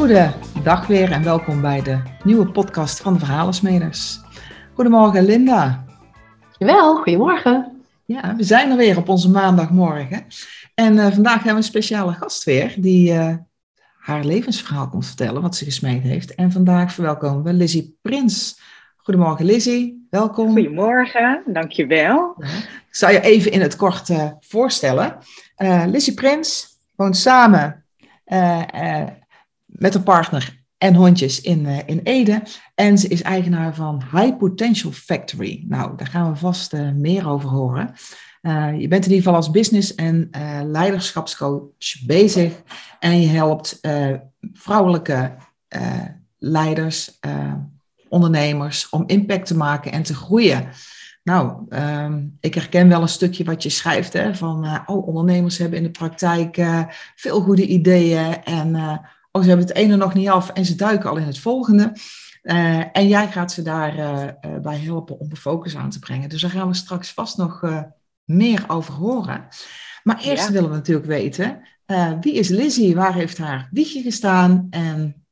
Goedendag weer en welkom bij de nieuwe podcast van de Verhalensmeders. Goedemorgen Linda. Wel, goedemorgen. Ja, we zijn er weer op onze maandagmorgen. En vandaag hebben we een speciale gast weer die haar levensverhaal komt vertellen, wat ze gesmeed heeft. En vandaag verwelkomen we Lizzie Prins. Goedemorgen Lizzie, welkom. Goedemorgen, dankjewel. Ja, ik zal je even in het kort voorstellen. Lizzie Prins woont samen met een partner en hondjes in Ede. En ze is eigenaar van High Potential Factory. Nou, daar gaan we vast meer over horen. Je bent in ieder geval als business- en leiderschapscoach bezig. En je helpt vrouwelijke leiders, ondernemers, om impact te maken en te groeien. Nou, ik herken wel een stukje wat je schrijft, hè, van ondernemers hebben in de praktijk veel goede ideeën en ze hebben het ene nog niet af en ze duiken al in het volgende. En jij gaat ze bij helpen om de focus aan te brengen. Dus daar gaan we straks vast nog meer over horen. Maar eerst willen we natuurlijk weten, wie is Lizzie? Waar heeft haar wiegje gestaan en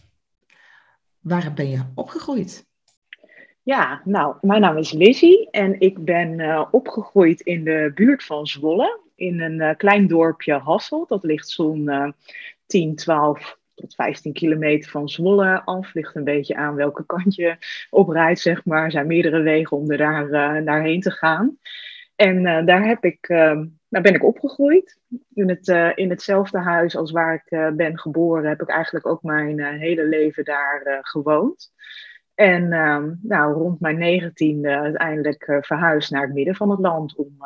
waar ben je opgegroeid? Ja, nou, mijn naam is Lizzie en ik ben opgegroeid in de buurt van Zwolle. In een klein dorpje Hasselt. Dat ligt zo'n 10, 12 tot 15 kilometer van Zwolle af. Ligt een beetje aan welke kant je oprijdt, zeg maar. Er zijn meerdere wegen om daarheen te gaan. En daar ben ik opgegroeid. In hetzelfde huis als waar ik ben geboren heb ik eigenlijk ook mijn hele leven daar gewoond. En rond mijn 19e uiteindelijk verhuisd naar het midden van het land om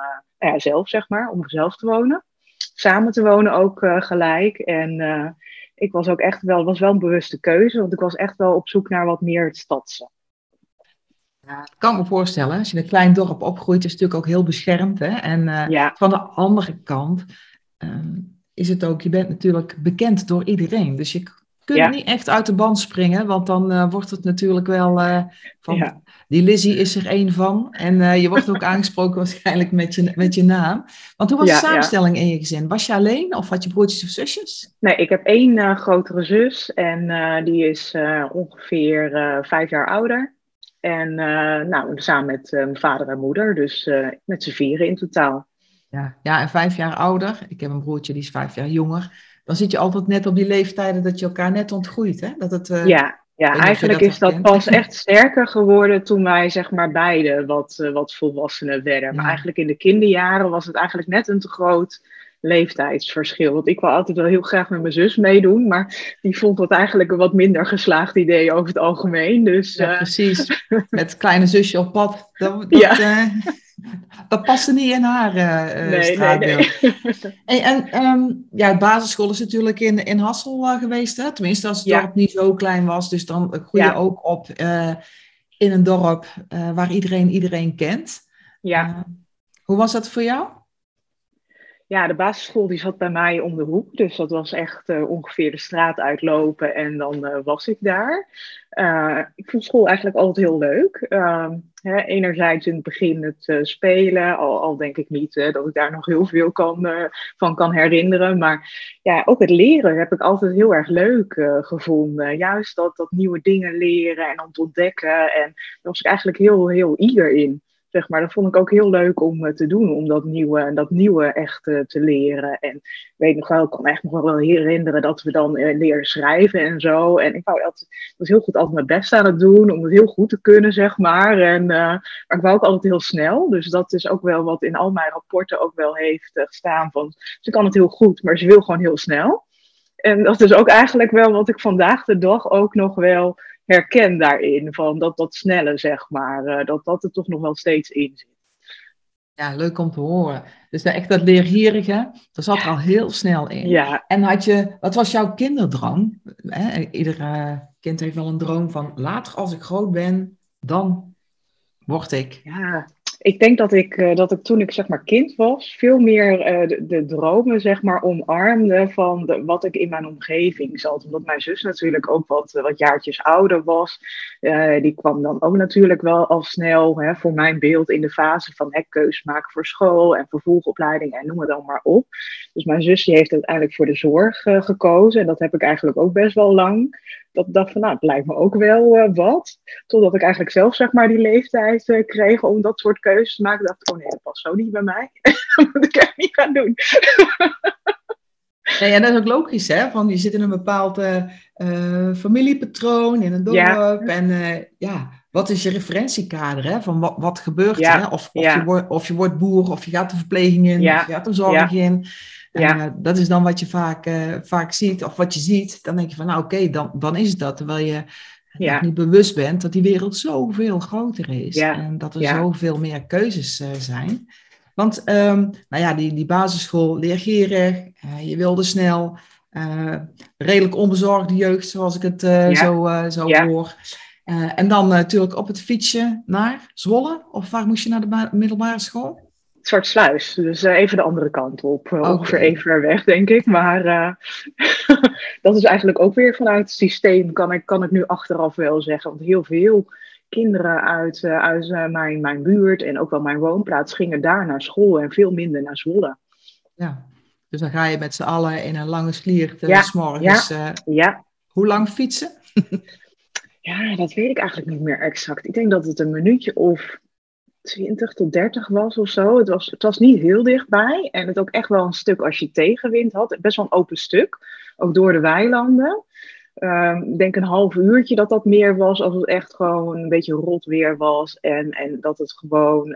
zelf te wonen. Samen te wonen ook gelijk. En ik was ook echt wel, was wel een bewuste keuze, want ik was echt wel op zoek naar wat meer het stadse. Ja, ik kan me voorstellen, als je in een klein dorp opgroeit, is het natuurlijk ook heel beschermd. Hè? En van de andere kant is het ook, je bent natuurlijk bekend door iedereen. Dus je kunt niet echt uit de band springen, want dan wordt het natuurlijk wel die Lizzie is er één van. En je wordt ook aangesproken waarschijnlijk met je naam. Want hoe was de samenstelling in je gezin? Was je alleen of had je broertjes of zusjes? Nee, ik heb één grotere zus en die is ongeveer 5 jaar ouder. En samen met mijn vader en moeder, dus met z'n 4 in totaal. Ja, en 5 jaar ouder. Ik heb een broertje die is 5 jaar jonger. Dan zit je altijd net op die leeftijden dat je elkaar net ontgroeit, hè? Dat het, eigenlijk is dat pas echt sterker geworden toen wij zeg maar beide wat volwassener werden. Ja. Maar eigenlijk in de kinderjaren was het eigenlijk net een te groot leeftijdsverschil. Want ik wil altijd wel heel graag met mijn zus meedoen, maar die vond dat eigenlijk een wat minder geslaagd idee over het algemeen. Dus, ja, precies. Met kleine zusje op pad. Dat paste niet in haar straatbeeld. Nee. En de basisschool is natuurlijk in Hassel geweest, hè? Tenminste als het dorp niet zo klein was. Dus dan groei je ook op in een dorp waar iedereen kent. Ja. Hoe was dat voor jou? Ja, de basisschool die zat bij mij om de hoek. Dus dat was echt ongeveer de straat uitlopen en dan was ik daar. Ik vond school eigenlijk altijd heel leuk. Enerzijds in het begin het spelen. Al denk ik niet dat ik daar nog heel veel van kan herinneren. Maar ja, ook het leren heb ik altijd heel erg leuk gevonden. Juist dat nieuwe dingen leren en om te ontdekken. En daar was ik eigenlijk heel, heel eager in. Zeg maar, dat vond ik ook heel leuk om te doen, om dat nieuwe echt te leren. En ik weet nog wel, ik kan me echt nog wel herinneren dat we dan leren schrijven en zo. En ik was heel goed altijd mijn best aan het doen, om het heel goed te kunnen, zeg maar. Maar ik wou ook altijd heel snel. Dus dat is ook wel wat in al mijn rapporten ook wel heeft gestaan. Van, ze kan het heel goed, maar ze wil gewoon heel snel. En dat is ook eigenlijk wel wat ik vandaag de dag ook nog wel herken daarin, van dat snelle, zeg maar, dat er toch nog wel steeds in zit. Ja, leuk om te horen. Dus echt dat leergierige, dat zat er al heel snel in. Ja. En wat was jouw kinderdroom? Ieder kind heeft wel een droom van, later als ik groot ben, dan word ik. Ik denk dat ik toen ik zeg maar kind was, veel meer de dromen zeg maar omarmde van wat ik in mijn omgeving zat. Omdat mijn zus natuurlijk ook wat jaartjes ouder was. Die kwam dan ook natuurlijk wel al snel voor mijn beeld in de fase van keus maken voor school en vervolgopleiding en noem het dan maar op. Dus mijn zus die heeft uiteindelijk voor de zorg gekozen en dat heb ik eigenlijk ook best wel lang. Dat ik dacht van het lijkt me ook wel wat. Totdat ik eigenlijk zelf zeg maar die leeftijd kreeg om dat soort keuzes te maken. Dacht ik, nee, dat past zo niet bij mij. Dat moet ik echt niet gaan doen. Nee, en dat is ook logisch, hè? Van je zit in een bepaald familiepatroon in een dorp. Ja. En wat is je referentiekader, hè? Van wat gebeurt er? Hè? Of je wordt boer, of je gaat de verpleging in, of je gaat de zorg in. Dat is dan wat je vaak ziet, of wat je ziet. Dan denk je van, oké, dan is het dat. Terwijl je nog niet bewust bent dat die wereld zoveel groter is. En dat er zoveel meer keuzes zijn. Want die basisschool, leergierig, je wilde snel, redelijk onbezorgde jeugd, zoals ik het zo hoor. En dan natuurlijk op het fietsje naar Zwolle, of waar moest je naar de middelbare school? Zwartsluis, dus even de andere kant op. Ongeveer even ver weg, denk ik. Maar dat is eigenlijk ook weer vanuit het systeem, kan ik nu achteraf wel zeggen. Want heel veel kinderen uit mijn buurt en ook wel mijn woonplaats gingen daar naar school en veel minder naar Zwolle. Ja, dus dan ga je met z'n allen in een lange sliert 's morgens. Hoe lang fietsen? Ja, dat weet ik eigenlijk niet meer exact. Ik denk dat het een minuutje of 20 tot 30 was of zo. Het was niet heel dichtbij. En het ook echt wel een stuk als je tegenwind had. Best wel een open stuk. Ook door de weilanden. Ik denk een half uurtje dat meer was. Als het echt gewoon een beetje rot weer was. En dat het gewoon...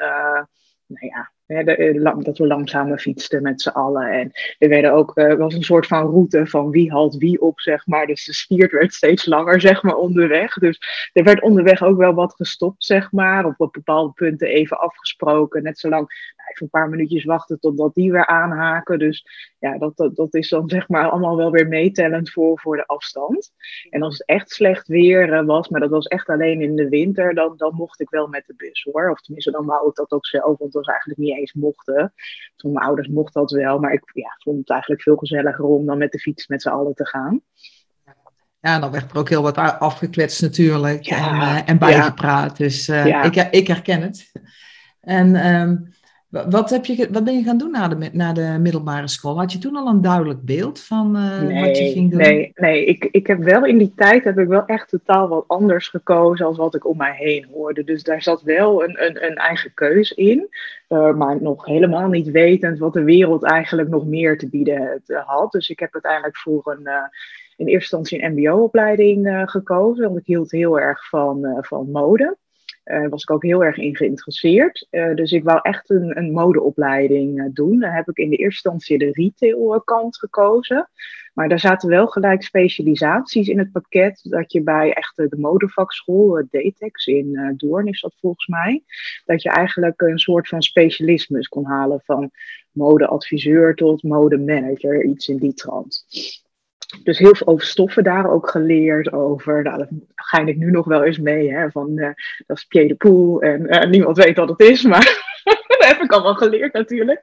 dat we langzamer fietsten met z'n allen. En er werden ook, was een soort van route van wie haalt wie op, zeg maar. Dus de spiert werd steeds langer, zeg maar, onderweg. Dus er werd onderweg ook wel wat gestopt, zeg maar. Op bepaalde punten even afgesproken. Net zolang, even een paar minuutjes wachten totdat die weer aanhaken. Dus ja, dat is dan, zeg maar, allemaal wel weer meetellend voor de afstand. En als het echt slecht weer was, maar dat was echt alleen in de winter, dan mocht ik wel met de bus, hoor. Of tenminste, dan wou ik dat ook zelf, want het was eigenlijk niet eens mochten. Toen mijn ouders mochten dat wel, maar ik vond het eigenlijk veel gezelliger om dan met de fiets met z'n allen te gaan. Ja, dan werd er ook heel wat afgekletst natuurlijk en bijgepraat. Dus ik herken het. En wat ben je gaan doen na de middelbare school? Had je toen al een duidelijk beeld van wat je ging doen? Nee. Ik heb wel in die tijd wel echt totaal wat anders gekozen als wat ik om mij heen hoorde. Dus daar zat wel een eigen keus in. Maar nog helemaal niet wetend wat de wereld eigenlijk nog meer te bieden had. Dus ik heb uiteindelijk voor in eerste instantie een mbo-opleiding gekozen. Want ik hield heel erg van mode. Daar was ik ook heel erg in geïnteresseerd. Dus ik wou echt een modeopleiding doen. Daar heb ik in de eerste instantie de retailkant gekozen. Maar daar zaten wel gelijk specialisaties in het pakket. Dat je bij echt de modevakschool, DTEX in Doorn is dat volgens mij. Dat je eigenlijk een soort van specialisme kon halen van modeadviseur tot modemanager. Iets in die trant. Dus heel veel over stoffen daar ook geleerd over. Nou, daar ga ik nu nog wel eens mee. Hè, van, dat is pied de poel en niemand weet wat het is. Maar dat heb ik allemaal geleerd natuurlijk.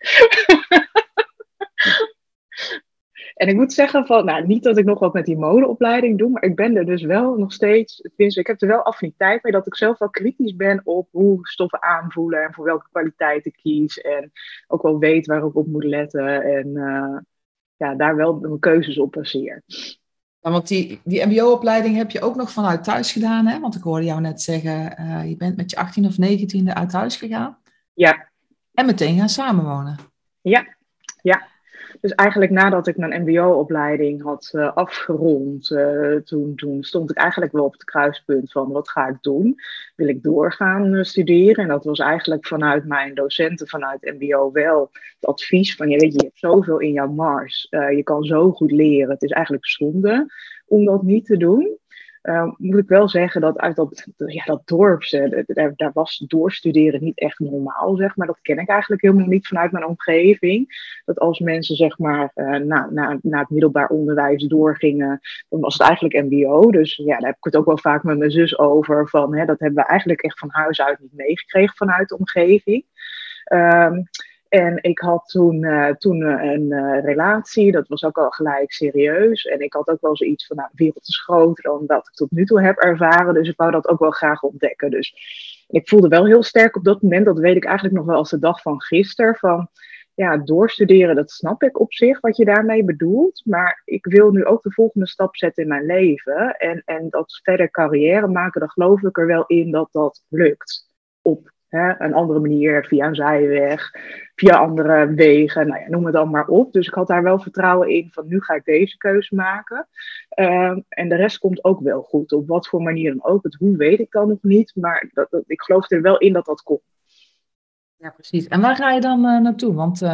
En ik moet zeggen van, niet dat ik nog wat met die modeopleiding doe. Maar ik ben er dus wel nog steeds. Ik heb er wel affiniteit mee dat ik zelf wel kritisch ben op hoe stoffen aanvoelen. En voor welke kwaliteit ik kies. En ook wel weet waar ik op moet letten. En daar wel mijn keuzes op baseer. Ja, want die mbo-opleiding heb je ook nog vanuit thuis gedaan, hè? Want ik hoorde jou net zeggen, je bent met je 18 of 19e uit huis gegaan. Ja. En meteen gaan samenwonen. Ja. Dus eigenlijk nadat ik mijn mbo-opleiding had afgerond, toen stond ik eigenlijk wel op het kruispunt van wat ga ik doen? Wil ik doorgaan studeren? En dat was eigenlijk vanuit mijn docenten, vanuit mbo wel het advies van, je hebt zoveel in jouw mars. Je kan zo goed leren. Het is eigenlijk zonde om dat niet te doen. Moet ik wel zeggen dat uit dat dorp, daar was doorstuderen niet echt normaal, zeg maar. Dat ken ik eigenlijk helemaal niet vanuit mijn omgeving. Dat als mensen, zeg maar, na het middelbaar onderwijs doorgingen, dan was het eigenlijk mbo. Dus ja, daar heb ik het ook wel vaak met mijn zus over. Dat hebben we eigenlijk echt van huis uit niet meegekregen vanuit de omgeving. En ik had toen een relatie, dat was ook al gelijk serieus. En ik had ook wel zoiets van, de wereld is groter dan dat ik tot nu toe heb ervaren. Dus ik wou dat ook wel graag ontdekken. Dus ik voelde wel heel sterk op dat moment, dat weet ik eigenlijk nog wel als de dag van gisteren, van ja, doorstuderen, dat snap ik op zich, wat je daarmee bedoelt. Maar ik wil nu ook de volgende stap zetten in mijn leven. En dat verder carrière maken, daar geloof ik er wel in dat dat lukt. Op een andere manier, via een zijweg, via andere wegen, nou ja, noem het dan maar op. Dus ik had daar wel vertrouwen in van nu ga ik deze keuze maken. En de rest komt ook wel goed, op wat voor manier dan ook. Het hoe weet ik dan nog niet, maar ik geloof er wel in dat dat komt. Ja, precies. En waar ga je dan naartoe? Want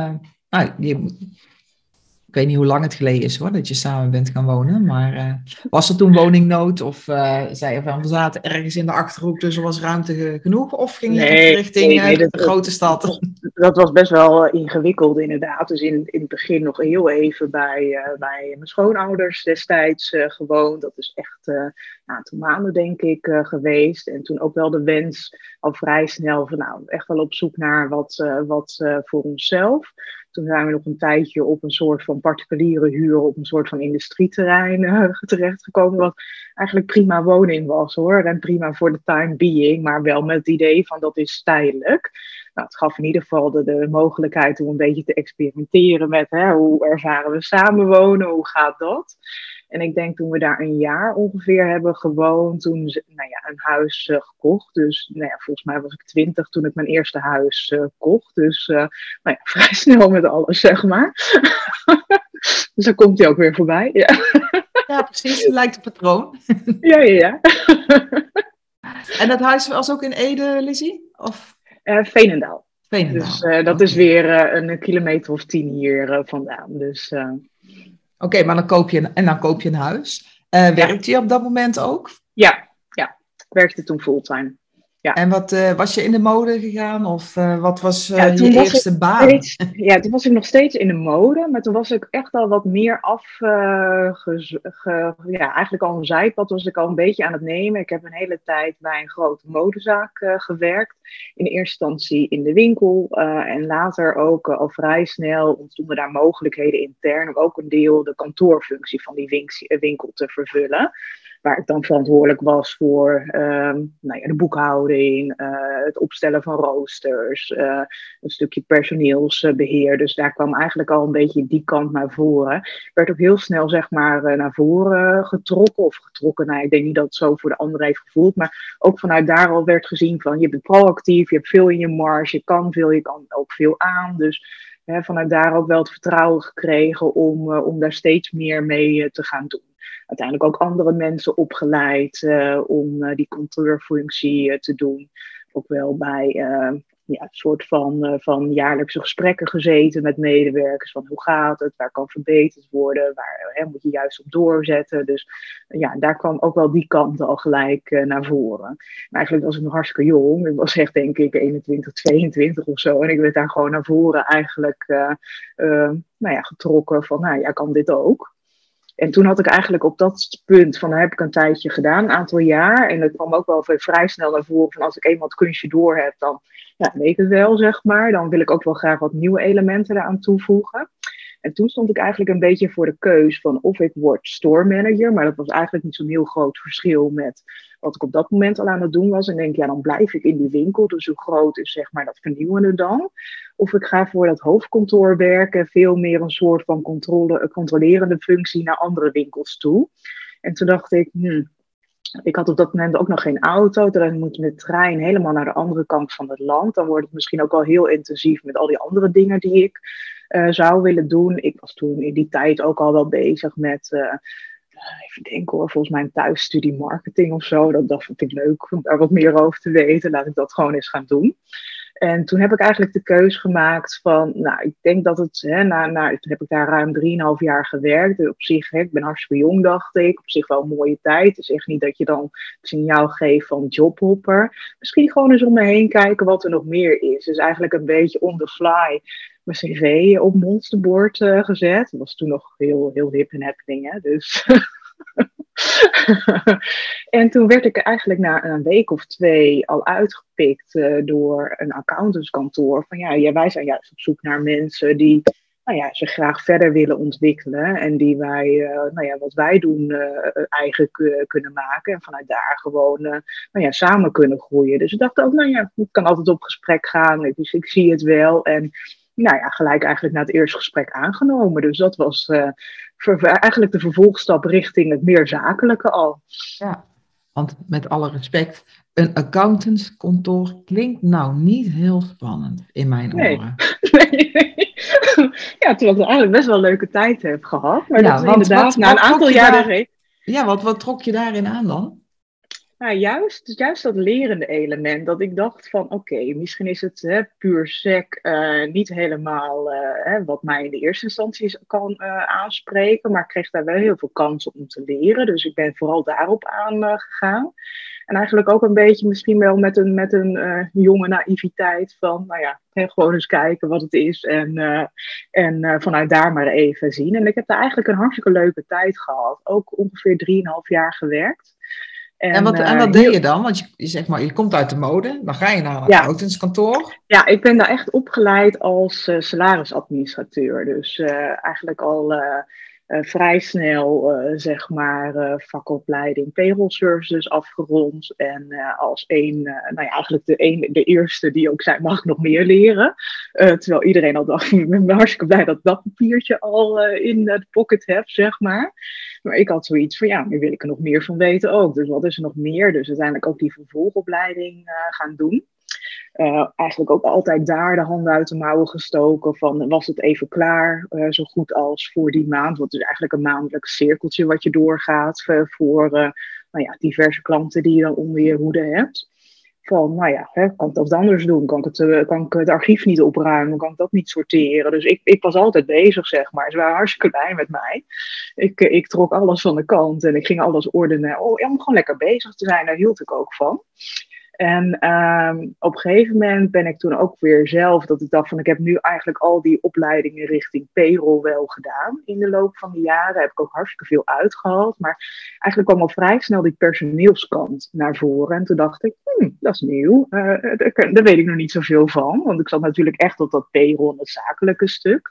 ik weet niet hoe lang het geleden is hoor, dat je samen bent gaan wonen. Maar was er toen woningnood? Of zei je van, we zaten ergens in de Achterhoek, dus er was ruimte genoeg? Of ging je echt richting de grote stad? Dat was best wel ingewikkeld inderdaad. Dus in het begin nog heel even bij mijn schoonouders destijds gewoond. Dat is echt een aantal maanden denk ik geweest. En toen ook wel de wens al vrij snel van echt wel op zoek naar wat voor onszelf. Toen zijn we nog een tijdje op een soort van particuliere huur op een soort van industrieterrein terechtgekomen. Wat eigenlijk prima woning was hoor. En prima voor de time being. Maar wel met het idee van dat is tijdelijk. Nou, het gaf in ieder geval de mogelijkheid om een beetje te experimenteren met hoe ervaren we samenwonen, hoe gaat dat? En ik denk toen we daar een jaar ongeveer hebben gewoond, toen een huis gekocht. Dus volgens mij was ik 20 toen ik mijn eerste huis kocht. Dus vrij snel met alles, zeg maar. Dus dan komt hij ook weer voorbij. Ja, ja precies. Lijkt een patroon. Ja. En dat huis was ook in Ede, Lizzie? Of? Veenendaal. Veenendaal. Dus dat is weer een kilometer of 10 hier vandaan. Dus... Oké, maar dan koop je een huis. Werkte je op dat moment ook? Ja, ik werkte toen fulltime. Ja. En wat was je in de mode gegaan? Of wat was je eerste baan? Toen was ik nog steeds in de mode. Maar toen was ik echt al wat meer eigenlijk al een zijpad was ik al een beetje aan het nemen. Ik heb een hele tijd bij een grote modezaak gewerkt. In de eerste instantie in de winkel. En later ook al vrij snel ontstonden daar mogelijkheden intern. Om ook een deel de kantoorfunctie van die winkel te vervullen. Waar ik dan verantwoordelijk was voor de boekhouding, het opstellen van roosters, een stukje personeelsbeheer. Dus daar kwam eigenlijk al een beetje die kant naar voren. Ik werd ook heel snel zeg maar naar voren getrokken. Ik denk niet dat het zo voor de anderen heeft gevoeld. Maar ook vanuit daar al werd gezien van je bent proactief, je hebt veel in je marge, je kan veel, je kan ook veel aan. Dus vanuit daar ook wel het vertrouwen gekregen om daar steeds meer mee te gaan doen. Uiteindelijk ook andere mensen opgeleid om die controleurfunctie te doen. Ook wel bij een soort van jaarlijkse gesprekken gezeten met medewerkers. Van hoe gaat het, waar kan verbeterd worden, waar moet je juist op doorzetten. Dus daar kwam ook wel die kant al gelijk naar voren. Maar eigenlijk was ik nog hartstikke jong. Ik was echt denk ik 21, 22 of zo. En ik werd daar gewoon naar voren eigenlijk getrokken van jij kan dit ook. En toen had ik eigenlijk op dat punt van, heb ik een tijdje gedaan, een aantal jaar. En dat kwam ook wel vrij snel naar voren van, als ik eenmaal het kunstje door heb, dan weet ik het wel, zeg maar. Dan wil ik ook wel graag wat nieuwe elementen eraan toevoegen. En toen stond ik eigenlijk een beetje voor de keus van of ik word store manager. Maar dat was eigenlijk niet zo'n heel groot verschil met wat ik op dat moment al aan het doen was. En denk, dan blijf ik in die winkel. Dus hoe groot is zeg maar dat vernieuwende dan? Of ik ga voor dat hoofdkantoor werken. Veel meer een soort van controlerende functie naar andere winkels toe. En toen dacht ik, ik had op dat moment ook nog geen auto. Dan moet je met de trein helemaal naar de andere kant van het land. Dan wordt het misschien ook wel heel intensief met al die andere dingen die ik zou willen doen. Ik was toen in die tijd ook al wel bezig met, even denken hoor, volgens mij een thuisstudie marketing of zo. Dat vind ik leuk om daar wat meer over te weten. Laat ik dat gewoon eens gaan doen. En toen heb ik eigenlijk de keus gemaakt van, nou, ik denk dat het, toen heb ik daar ruim 3,5 jaar gewerkt. Op zich, ik ben hartstikke jong, dacht ik. Op zich wel een mooie tijd. Het is echt niet dat je dan het signaal geeft van jobhopper. Misschien gewoon eens om me heen kijken wat er nog meer is. Dus eigenlijk een beetje on the fly mijn cv op Monsterboard gezet. Dat was toen nog heel, heel hip en happening, hè. Dus... En toen werd ik eigenlijk na een week of 2 al uitgepikt door een accountantskantoor. Van ja, wij zijn juist op zoek naar mensen die zich graag verder willen ontwikkelen. En die wij, wat wij doen, eigen kunnen maken. En vanuit daar gewoon samen kunnen groeien. Dus ik dacht ook, ik kan altijd op gesprek gaan. Dus ik zie het wel. En gelijk eigenlijk na het eerste gesprek aangenomen. Dus dat was eigenlijk de vervolgstap richting het meer zakelijke al. Ja, want met alle respect, een accountantskantoor klinkt nou niet heel spannend in mijn oren. Nee. Ja, terwijl ik eigenlijk best wel een leuke tijd heb gehad. Maar dat is inderdaad na een aantal jaren... Ja, wat trok je daarin aan dan? Nou, juist dat lerende element. Dat ik dacht van oké, misschien is het puur sec niet helemaal wat mij in de eerste instantie kan aanspreken. Maar ik kreeg daar wel heel veel kansen om te leren. Dus ik ben vooral daarop aangegaan. En eigenlijk ook een beetje misschien wel met een jonge naïviteit van gewoon eens kijken wat het is. En vanuit daar maar even zien. En ik heb daar eigenlijk een hartstikke leuke tijd gehad. Ook ongeveer 3,5 jaar gewerkt. En wat deed je dan? Want je zegt maar, je komt uit de mode, dan ga je naar een accountantskantoor. Ja, ik ben daar echt opgeleid als salarisadministrateur. Dus eigenlijk al vrij snel, vakopleiding payroll services afgerond. En als eigenlijk de eerste die ook zei, mag ik nog meer leren? Terwijl iedereen al dacht, ik ben hartstikke blij dat ik dat papiertje al in de pocket heb, zeg maar. Maar ik had zoiets van, nu wil ik er nog meer van weten ook. Dus wat is er nog meer? Dus uiteindelijk ook die vervolgopleiding gaan doen. Eigenlijk ook altijd daar de handen uit de mouwen gestoken van, was het even klaar, zo goed als voor die maand. Want het is eigenlijk een maandelijks cirkeltje wat je doorgaat voor diverse klanten die je dan onder je hoede hebt. Van, kan ik dat anders doen? Kan ik het archief niet opruimen? Kan ik dat niet sorteren? Dus ik was altijd bezig, zeg maar. Ze waren hartstikke blij met mij. Ik trok alles van de kant en ik ging alles ordenen. Om gewoon lekker bezig te zijn, daar hield ik ook van. En op een gegeven moment ben ik toen ook weer zelf, dat ik dacht van, ik heb nu eigenlijk al die opleidingen richting payroll wel gedaan. In de loop van de jaren heb ik ook hartstikke veel uitgehaald. Maar eigenlijk kwam al vrij snel die personeelskant naar voren. En toen dacht ik, dat is nieuw. Daar weet ik nog niet zoveel van. Want ik zat natuurlijk echt op dat payroll en het zakelijke stuk.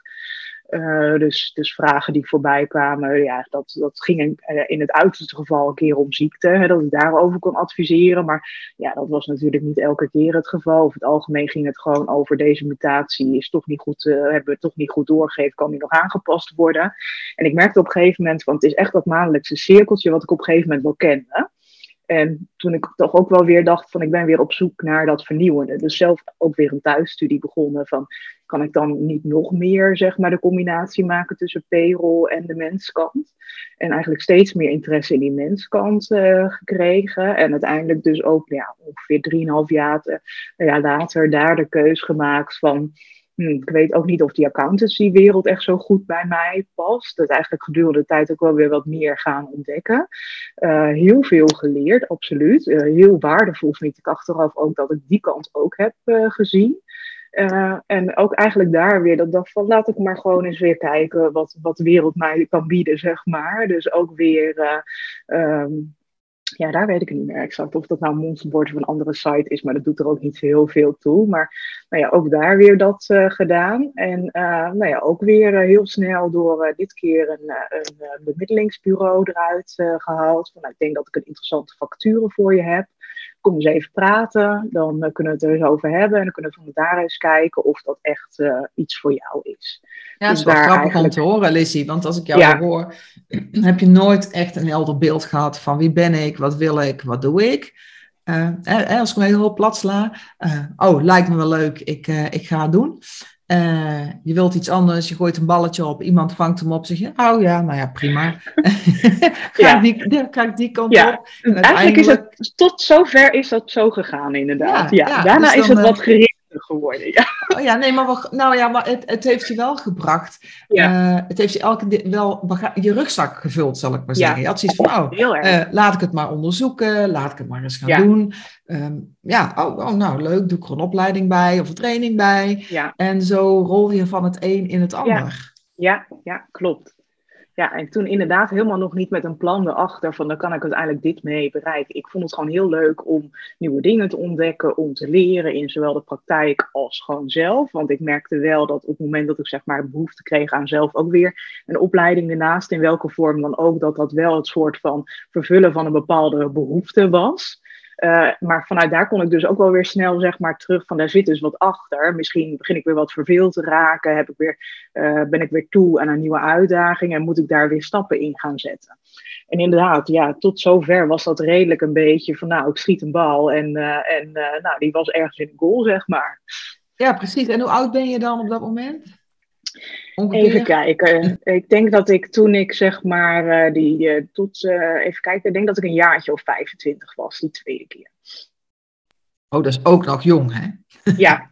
Dus vragen die voorbij kwamen, dat ging in het uiterste geval een keer om ziekte, dat ik daarover kon adviseren. Maar dat was natuurlijk niet elke keer het geval. Over het algemeen ging het gewoon over deze mutatie is toch niet goed, hebben we toch niet goed doorgegeven, kan die nog aangepast worden. En ik merkte op een gegeven moment, want het is echt dat maandelijkse cirkeltje wat ik op een gegeven moment wel kende. En toen ik toch ook wel weer dacht van, ik ben weer op zoek naar dat vernieuwende. Dus zelf ook weer een thuisstudie begonnen van, kan ik dan niet nog meer, de combinatie maken tussen payroll en de menskant? En eigenlijk steeds meer interesse in die menskant gekregen. En uiteindelijk dus ook ongeveer 3,5 jaar later daar de keus gemaakt van, ik weet ook niet of die accountancy-wereld echt zo goed bij mij past. Dat eigenlijk gedurende de tijd ook wel weer wat meer gaan ontdekken. Heel veel geleerd, absoluut. Heel waardevol vind ik achteraf ook dat ik die kant ook heb gezien. En ook eigenlijk daar weer dat dacht van, laat ik maar gewoon eens weer kijken wat de wereld mij kan bieden, zeg maar. Dus ook weer... daar weet ik niet meer exact of dat nou Monsterboard of een andere site is, maar dat doet er ook niet zo heel veel toe. Maar ook daar weer dat gedaan. En ook weer heel snel door dit keer een bemiddelingsbureau eruit gehaald. Van, ik denk dat ik een interessante vacature voor je heb. Kom eens even praten, dan kunnen we het er eens over hebben. En dan kunnen we van daar eens kijken of dat echt iets voor jou is. Ja, het is wel grappig om te horen, Lizzie. Want als ik jou hoor, heb je nooit echt een helder beeld gehad van wie ben ik, wat wil ik, wat doe ik. Als ik me heel plat sla, lijkt me wel leuk, ik ga het doen. Je wilt iets anders, je gooit een balletje op, iemand vangt hem op, zeg je, prima. Ga ik die kant op. En eigenlijk is het, tot zover is dat zo gegaan inderdaad. Daarna dus is het wat gerichter geworden. Ja. Oh ja, nee, maar het heeft je wel gebracht. Ja. Het heeft je je rugzak gevuld, zal ik maar zeggen. Ja. Je had zoiets van, Heel erg. laat ik het maar onderzoeken, laat ik het maar eens gaan Ja. doen. Nou leuk, doe ik er een opleiding bij of een training bij. Ja. En zo rol je van het een in het ander. Ja, klopt. Ja, en toen inderdaad helemaal nog niet met een plan erachter van dan kan ik uiteindelijk dit mee bereiken. Ik vond het gewoon heel leuk om nieuwe dingen te ontdekken, om te leren in zowel de praktijk als gewoon zelf. Want ik merkte wel dat op het moment dat ik zeg maar behoefte kreeg aan zelf ook weer een opleiding ernaast, in welke vorm dan ook, dat wel het soort van vervullen van een bepaalde behoefte was. Maar vanuit daar kon ik dus ook wel weer snel zeg maar terug van daar zit dus wat achter. Misschien begin ik weer wat verveeld te raken, ben ik weer toe aan een nieuwe uitdaging en moet ik daar weer stappen in gaan zetten. En inderdaad, ja, tot zover was dat redelijk een beetje van nou, ik schiet een bal en nou, die was ergens in de goal, zeg maar. Ja, precies. En hoe oud ben je dan op dat moment? Ongeveer? Even kijken. Ik denk dat ik toen ik zeg maar even kijken, ik denk dat ik een jaartje of 25 was, die tweede keer. Oh, dat is ook nog jong, hè? Ja.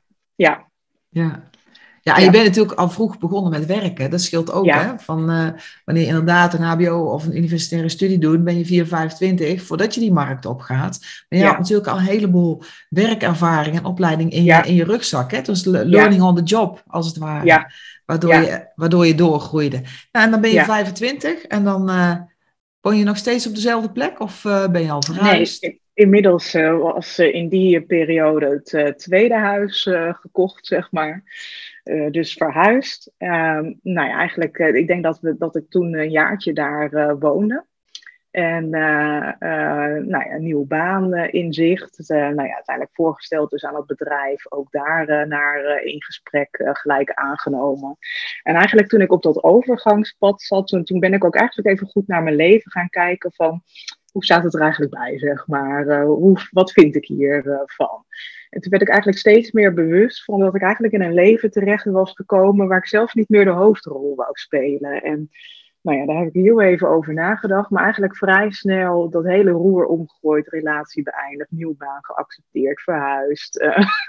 Ja, en je bent natuurlijk al vroeg begonnen met werken. Dat scheelt ook, hè? Van wanneer je inderdaad een HBO of een universitaire studie doet, ben je 25 voordat je die markt opgaat. Maar je had natuurlijk al een heleboel werkervaring en opleiding in je rugzak, hè? Het was learning on the job, als het ware. Ja. Waardoor je doorgroeide. Nou, en dan ben je 25 en dan woon je nog steeds op dezelfde plek of ben je al verhuisd? Nee, inmiddels was in die periode het tweede huis gekocht, zeg maar. Dus verhuisd. Nou ja, eigenlijk, ik denk dat ik toen een jaartje daar woonde. En nou ja, een nieuwe baan in zicht. Nou ja, uiteindelijk voorgesteld dus aan het bedrijf. Ook daar naar in gesprek gelijk aangenomen. En eigenlijk toen ik op dat overgangspad zat, toen ben ik ook eigenlijk even goed naar mijn leven gaan kijken van hoe staat het er eigenlijk bij, zeg maar. Wat vind ik hiervan? En toen werd ik eigenlijk steeds meer bewust van dat ik eigenlijk in een leven terecht was gekomen waar ik zelf niet meer de hoofdrol wou spelen. En nou ja, daar heb ik heel even over nagedacht. Maar eigenlijk vrij snel dat hele roer omgegooid, relatie beëindigd, nieuwe baan geaccepteerd, verhuisd.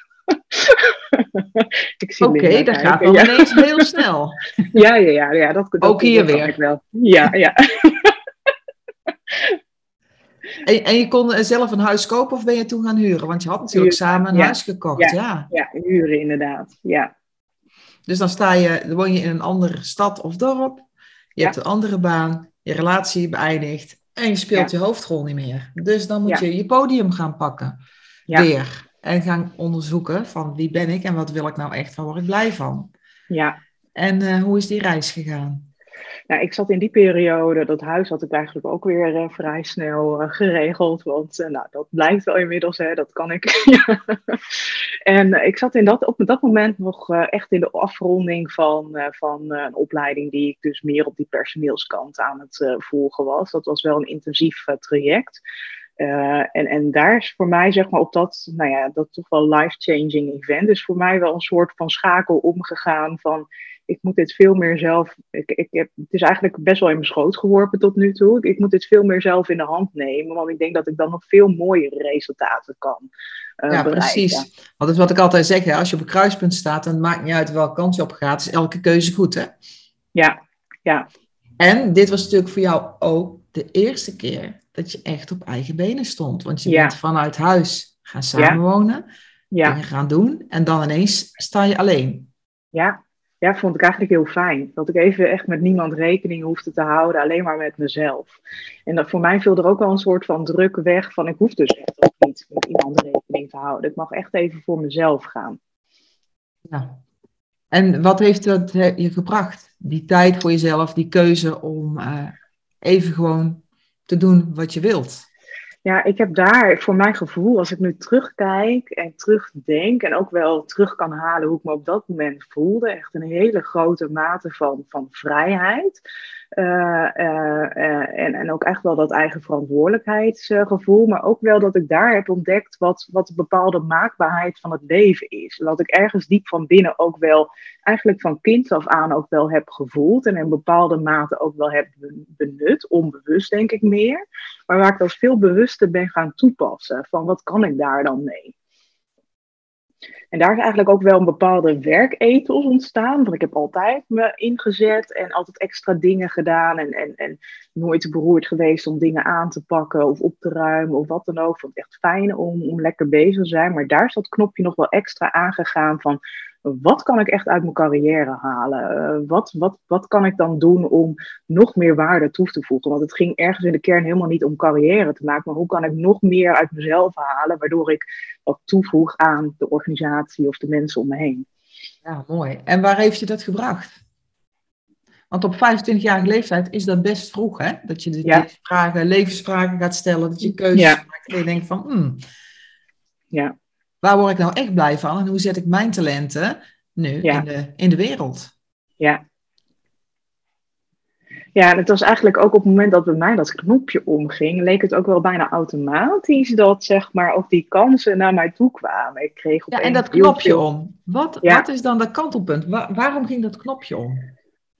Oké, dat gaat wel ineens heel snel. Ja, dat ook hier weer. Kan ik wel. Ja. En je kon zelf een huis kopen of ben je toen gaan huren? Want je had natuurlijk samen een huis gekocht. Ja, huren inderdaad. Ja. Dus dan woon je in een andere stad of dorp. Je hebt een andere baan, je relatie beëindigt en je speelt je hoofdrol niet meer. Dus dan moet je je podium gaan pakken. Weer. En gaan onderzoeken van wie ben ik en wat wil ik nou echt, waar word ik blij van. Ja. En hoe is die reis gegaan? Nou, ik zat in die periode, dat huis had ik eigenlijk ook weer vrij snel geregeld. Want nou, dat blijkt wel inmiddels, hè, dat kan ik. En ik zat op dat moment nog echt in de afronding van een opleiding die ik dus meer op die personeelskant aan het volgen was. Dat was wel een intensief traject. En daar is voor mij, zeg maar, op dat toch wel life-changing event, is voor mij wel een soort van schakel omgegaan van, ik moet dit veel meer zelf, het is eigenlijk best wel in mijn schoot geworpen tot nu toe. Ik moet dit veel meer zelf in de hand nemen, want ik denk dat ik dan nog veel mooiere resultaten kan bereiken. Precies. Want dat is wat ik altijd zeg, hè? Als je op een kruispunt staat, dan maakt niet uit welke kant je op gaat, is elke keuze goed, hè? Ja. En dit was natuurlijk voor jou ook de eerste keer dat je echt op eigen benen stond. Want je bent vanuit huis gaan samenwonen, dingen gaan doen en dan ineens sta je alleen. Ja, vond ik eigenlijk heel fijn. Dat ik even echt met niemand rekening hoefde te houden, alleen maar met mezelf. En dat voor mij viel er ook wel een soort van druk weg van, ik hoef dus echt ook niet met iemand rekening te houden. Ik mag echt even voor mezelf gaan. Ja. En wat heeft dat je gebracht? Die tijd voor jezelf, die keuze om even gewoon te doen wat je wilt. Ja, ik heb daar voor mijn gevoel, als ik nu terugkijk en terugdenk en ook wel terug kan halen hoe ik me op dat moment voelde, echt een hele grote mate van vrijheid. En ook echt wel dat eigen verantwoordelijkheidsgevoel, maar ook wel dat ik daar heb ontdekt wat de bepaalde maakbaarheid van het leven is. Dat ik ergens diep van binnen ook wel, eigenlijk van kind af aan ook wel heb gevoeld en in bepaalde mate ook wel heb benut, onbewust denk ik meer. Maar waar ik dat veel bewuster ben gaan toepassen. Van wat kan ik daar dan mee? En daar is eigenlijk ook wel een bepaalde werkethos ontstaan. Want ik heb altijd me ingezet en altijd extra dingen gedaan. En nooit te beroerd geweest om dingen aan te pakken of op te ruimen of wat dan ook. Ik vond het echt fijn om lekker bezig te zijn. Maar daar is dat knopje nog wel extra aangegaan van... Wat kan ik echt uit mijn carrière halen? Wat kan ik dan doen om nog meer waarde toe te voegen? Want het ging ergens in de kern helemaal niet om carrière te maken. Maar hoe kan ik nog meer uit mezelf halen, waardoor ik wat toevoeg aan de organisatie of de mensen om me heen? Ja, mooi. En waar heeft je dat gebracht? Want op 25-jarige leeftijd is dat best vroeg, hè? Dat je deze vragen, levensvragen gaat stellen, dat je keuzes maakt. En je denkt van, waar word ik nou echt blij van? En hoe zet ik mijn talenten nu in de wereld? Ja. Ja, en het was eigenlijk ook op het moment dat bij mij dat knopje omging, leek het ook wel bijna automatisch dat, zeg maar, ook die kansen naar mij toe kwamen. Ik kreeg en dat knopje om. Wat is dan dat kantelpunt? Waarom ging dat knopje om?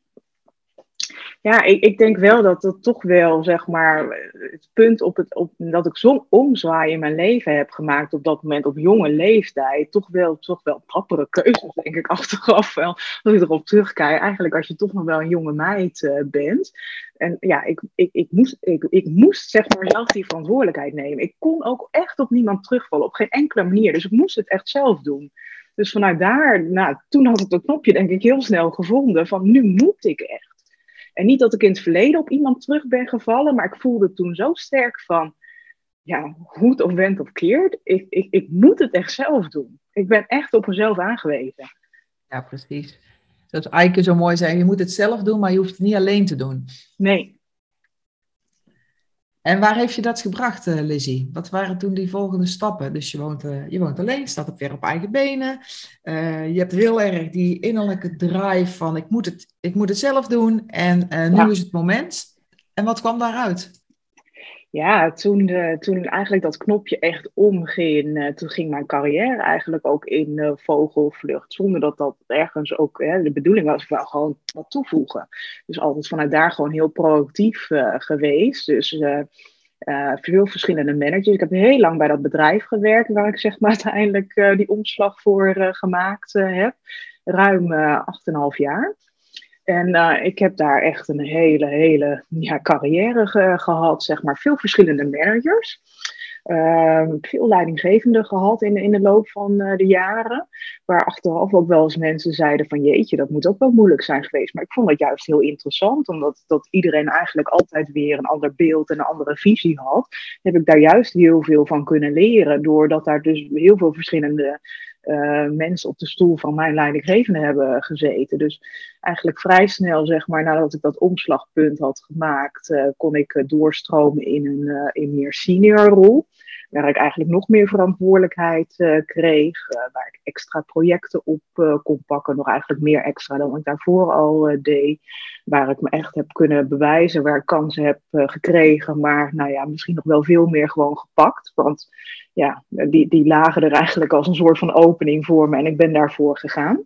Ja, ik denk wel dat dat toch wel, zeg maar, het punt dat ik zo'n omzwaai in mijn leven heb gemaakt op dat moment, op jonge leeftijd, toch wel dappere keuzes, denk ik, achteraf wel, als ik erop terugkijk. Eigenlijk als je toch nog wel een jonge meid bent. En ja, ik moest, zeg maar, zelf die verantwoordelijkheid nemen. Ik kon ook echt op niemand terugvallen, op geen enkele manier. Dus ik moest het echt zelf doen. Dus vanuit daar, toen had ik dat knopje, denk ik, heel snel gevonden van nu moet ik echt. En niet dat ik in het verleden op iemand terug ben gevallen, maar ik voelde toen zo sterk van, ja, hoe het of went of keert, ik moet het echt zelf doen. Ik ben echt op mezelf aangewezen. Ja, precies. Zoals Eike zo mooi zei, je moet het zelf doen, maar je hoeft het niet alleen te doen. Nee. En waar heeft je dat gebracht, Lizzie? Wat waren toen die volgende stappen? Dus je woont alleen, staat op weer op eigen benen. Je hebt heel erg die innerlijke drive van ik moet het zelf doen. En nu is het moment. En wat kwam daaruit? Ja, toen eigenlijk dat knopje echt omging, toen ging mijn carrière eigenlijk ook in vogelvlucht. Zonder dat dat ergens ook de bedoeling was, ik wou gewoon wat toevoegen. Dus altijd vanuit daar gewoon heel proactief geweest. Dus veel verschillende managers. Ik heb heel lang bij dat bedrijf gewerkt, waar ik, zeg maar, uiteindelijk die omslag voor gemaakt heb. Ruim 8,5 jaar. En ik heb daar echt een hele carrière gehad, zeg maar. Veel verschillende managers. Veel leidinggevenden gehad in de loop van de jaren. Waar achteraf ook wel eens mensen zeiden van jeetje, dat moet ook wel moeilijk zijn geweest. Maar ik vond dat juist heel interessant. Omdat dat iedereen eigenlijk altijd weer een ander beeld en een andere visie had. Heb ik daar juist heel veel van kunnen leren. Doordat daar dus heel veel verschillende mensen op de stoel van mijn leidinggevende hebben gezeten. Dus eigenlijk vrij snel, zeg maar, nadat ik dat omslagpunt had gemaakt, kon ik doorstromen in een meer senior rol. Waar ik eigenlijk nog meer verantwoordelijkheid kreeg. Waar ik extra projecten op kon pakken. Nog eigenlijk meer extra dan ik daarvoor al deed. Waar ik me echt heb kunnen bewijzen. Waar ik kansen heb gekregen. Maar nou ja, misschien nog wel veel meer gewoon gepakt. Want ja, die lagen er eigenlijk als een soort van opening voor me. En ik ben daarvoor gegaan.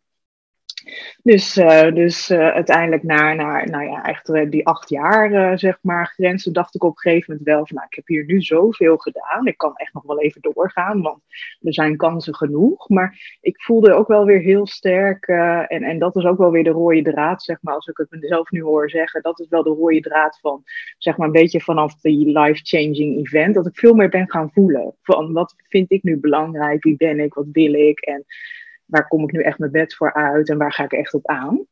Dus uiteindelijk na echt die 8 jaar, zeg maar, grenzen, dacht ik op een gegeven moment wel van, nou, ik heb hier nu zoveel gedaan. Ik kan echt nog wel even doorgaan, want er zijn kansen genoeg. Maar ik voelde ook wel weer heel sterk, en dat is ook wel weer de rode draad, zeg maar, als ik het mezelf nu hoor zeggen. Dat is wel de rode draad van, zeg maar, een beetje vanaf die life-changing event. Dat ik veel meer ben gaan voelen van, wat vind ik nu belangrijk? Wie ben ik? Wat wil ik? En waar kom ik nu echt mijn bed voor uit en waar ga ik echt op aan?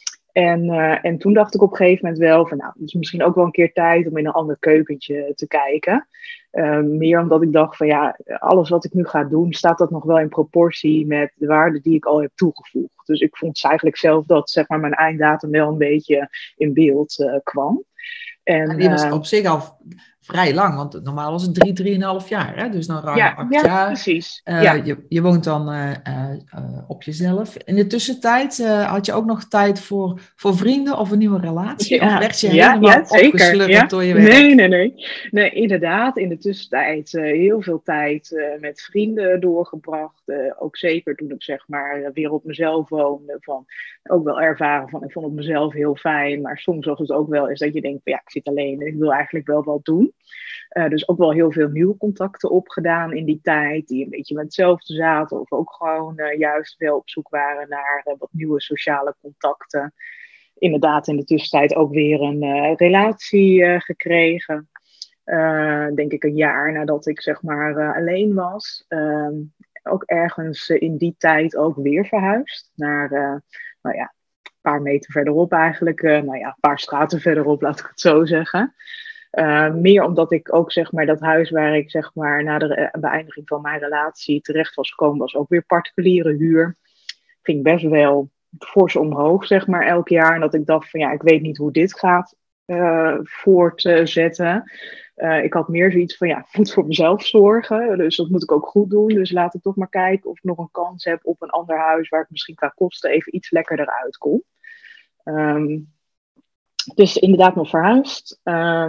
En toen dacht ik op een gegeven moment wel van, nou, het is misschien ook wel een keer tijd om in een ander keukentje te kijken. Meer omdat ik dacht van, ja, alles wat ik nu ga doen, staat dat nog wel in proportie met de waarde die ik al heb toegevoegd. Dus ik vond eigenlijk zelf dat, zeg maar, mijn einddatum wel een beetje in beeld kwam. En die was op zich al vrij lang, want normaal was het 3,5 jaar. Hè? Dus dan ruim 8 jaar. Precies. Je woont dan op jezelf. In de tussentijd had je ook nog tijd voor vrienden of een nieuwe relatie? Of werd je helemaal opgeslurpt door je werk? Nee, inderdaad. In de tussentijd heel veel tijd met vrienden doorgebracht. Ook zeker toen ik, zeg maar, weer op mezelf woonde. Ook wel ervaren van, ik vond het mezelf heel fijn. Maar soms was het ook wel eens dat je denkt van, ja, ik zit alleen en ik wil eigenlijk wel wat doen. Dus ook wel heel veel nieuwe contacten opgedaan in die tijd, die een beetje met hetzelfde zaten of ook gewoon juist wel op zoek waren naar wat nieuwe sociale contacten. Inderdaad, in de tussentijd ook weer een relatie gekregen. Denk ik een jaar nadat ik zeg maar alleen was. Ook ergens in die tijd ook weer verhuisd naar, nou ja, een paar meter verderop eigenlijk. Een paar straten verderop, laat ik het zo zeggen. Meer omdat ik ook zeg maar dat huis waar ik zeg maar na de beëindiging van mijn relatie terecht was gekomen, was ook weer particuliere huur. Ging best wel fors omhoog zeg maar elk jaar. En dat ik dacht van ik weet niet hoe dit gaat voortzetten. Ik had meer zoiets van ik moet voor mezelf zorgen. Dus dat moet ik ook goed doen. Dus laat ik toch maar kijken of ik nog een kans heb op een ander huis waar ik misschien qua kosten even iets lekkerder uitkom. Dus inderdaad nog verhuisd.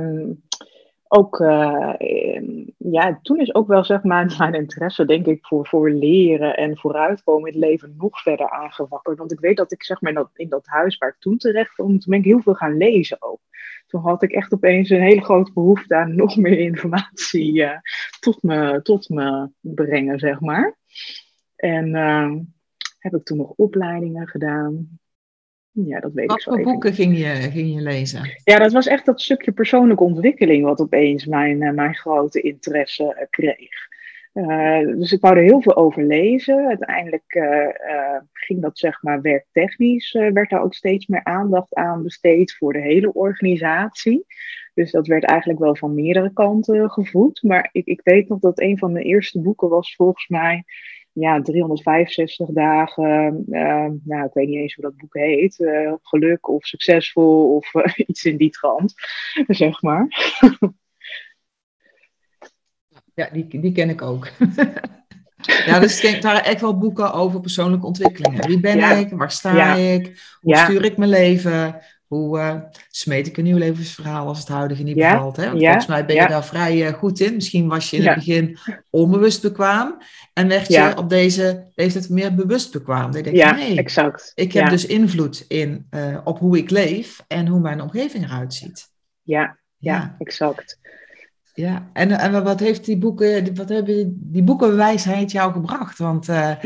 Toen is ook wel zeg maar mijn interesse denk ik voor leren en vooruitkomen in het leven nog verder aangewakkerd. Want ik weet dat ik zeg maar in dat huis waar ik toen terecht kwam, toen ben ik heel veel gaan lezen ook. Toen had ik echt opeens een hele grote behoefte aan nog meer informatie tot me brengen, zeg maar. En heb ik toen nog opleidingen gedaan. Ja, dat weet ik Wat zo voor even boeken niet. ging je lezen? Ja, dat was echt dat stukje persoonlijke ontwikkeling wat opeens mijn grote interesse kreeg. Dus ik wou er heel veel over lezen. Uiteindelijk ging dat zeg maar werktechnisch, werd daar ook steeds meer aandacht aan besteed voor de hele organisatie. Dus dat werd eigenlijk wel van meerdere kanten gevoed. Maar ik weet nog dat een van mijn eerste boeken was volgens mij 365 dagen, ik weet niet eens hoe dat boek heet, geluk of succesvol of iets in die trant, zeg maar. Ja, die ken ik ook. Ja, dus het waren echt wel boeken over persoonlijke ontwikkelingen. Wie ben ik? Waar sta ik? Hoe stuur ik mijn leven? Hoe smeet ik een nieuw levensverhaal als het huidige niet bevalt? Hè? Want volgens mij ben je daar vrij goed in. Misschien was je in het begin onbewust bekwaam. En werd je op deze leeftijd meer bewust bekwaam. Dan denk je van, exact. Ik heb dus invloed op hoe ik leef en hoe mijn omgeving eruit ziet. Ja, exact. Ja, en wat heeft wat hebben die boekenwijsheid jou gebracht? Want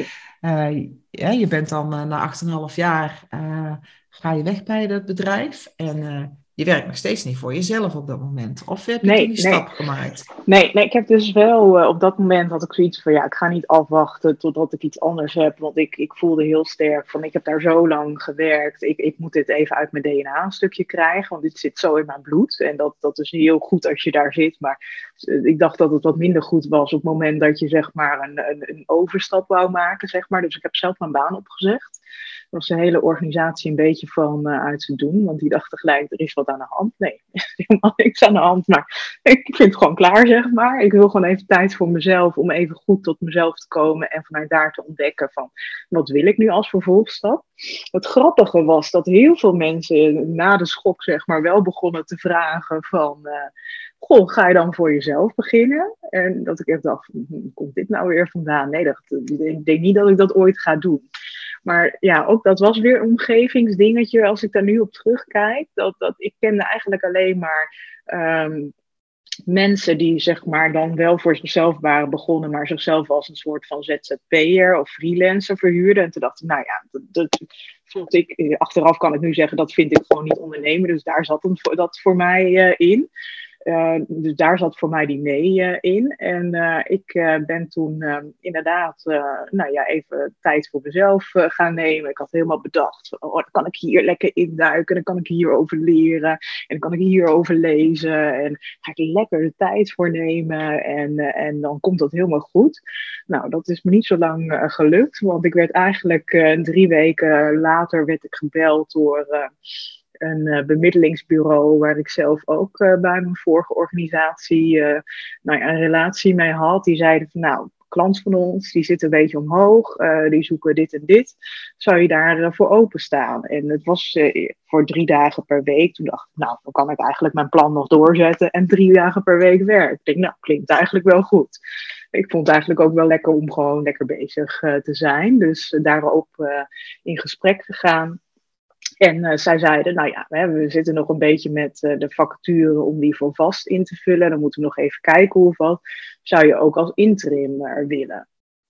je bent dan na 8,5 jaar ga je weg bij dat bedrijf en je werkt nog steeds niet voor jezelf op dat moment. Of heb je toen die stap gemaakt? Nee, ik heb dus wel op dat moment had ik zoiets van ik ga niet afwachten totdat ik iets anders heb. Want ik voelde heel sterk van ik heb daar zo lang gewerkt. Ik moet dit even uit mijn DNA een stukje krijgen, want dit zit zo in mijn bloed. En dat is heel goed als je daar zit. Maar ik dacht dat het wat minder goed was op het moment dat je zeg maar een overstap wou maken. Zeg maar. Dus ik heb zelf mijn baan opgezegd. Was de hele organisatie een beetje van uit te doen. Want die dachten gelijk, er is wat aan de hand. Nee, er is helemaal niks aan de hand. Maar ik vind het gewoon klaar, zeg maar. Ik wil gewoon even tijd voor mezelf om even goed tot mezelf te komen. En vanuit daar te ontdekken van, wat wil ik nu als vervolgstap? Het grappige was dat heel veel mensen na de schok, zeg maar, wel begonnen te vragen van... ga je dan voor jezelf beginnen? En dat ik echt dacht, hoe komt dit nou weer vandaan? Nee, ik denk niet dat ik dat ooit ga doen. Maar ook dat was weer een omgevingsdingetje. Als ik daar nu op terugkijk, dat ik kende eigenlijk alleen maar mensen die zeg maar dan wel voor zichzelf waren begonnen, maar zichzelf als een soort van ZZP'er of freelancer verhuurden. En toen dacht ik, dat vond ik, achteraf kan ik nu zeggen, dat vind ik gewoon niet ondernemen. Dus daar zat dat voor mij in. Dus daar zat voor mij die nee in. En ik ben toen inderdaad even tijd voor mezelf gaan nemen. Ik had helemaal bedacht, dan kan ik hier lekker induiken. Dan kan ik hierover leren. En dan kan ik hierover lezen. En ga ik lekker de tijd voor nemen. En dan komt dat helemaal goed. Nou, dat is me niet zo lang gelukt. Want ik werd eigenlijk 3 weken later werd ik gebeld door... een bemiddelingsbureau waar ik zelf ook bij mijn vorige organisatie een relatie mee had. Die zeiden van klant van ons, die zit een beetje omhoog, die zoeken dit en dit. Zou je daar voor openstaan? En het was voor 3 dagen per week. Toen dacht ik, dan kan ik eigenlijk mijn plan nog doorzetten en 3 dagen per week werk. Ik denk, klinkt eigenlijk wel goed. Ik vond het eigenlijk ook wel lekker om gewoon lekker bezig te zijn. Dus daarop in gesprek gegaan. En zij zeiden, nou ja, we zitten nog een beetje met de vacature om die voor vast in te vullen. Dan moeten we nog even kijken hoe of wat. Zou je ook als interim willen?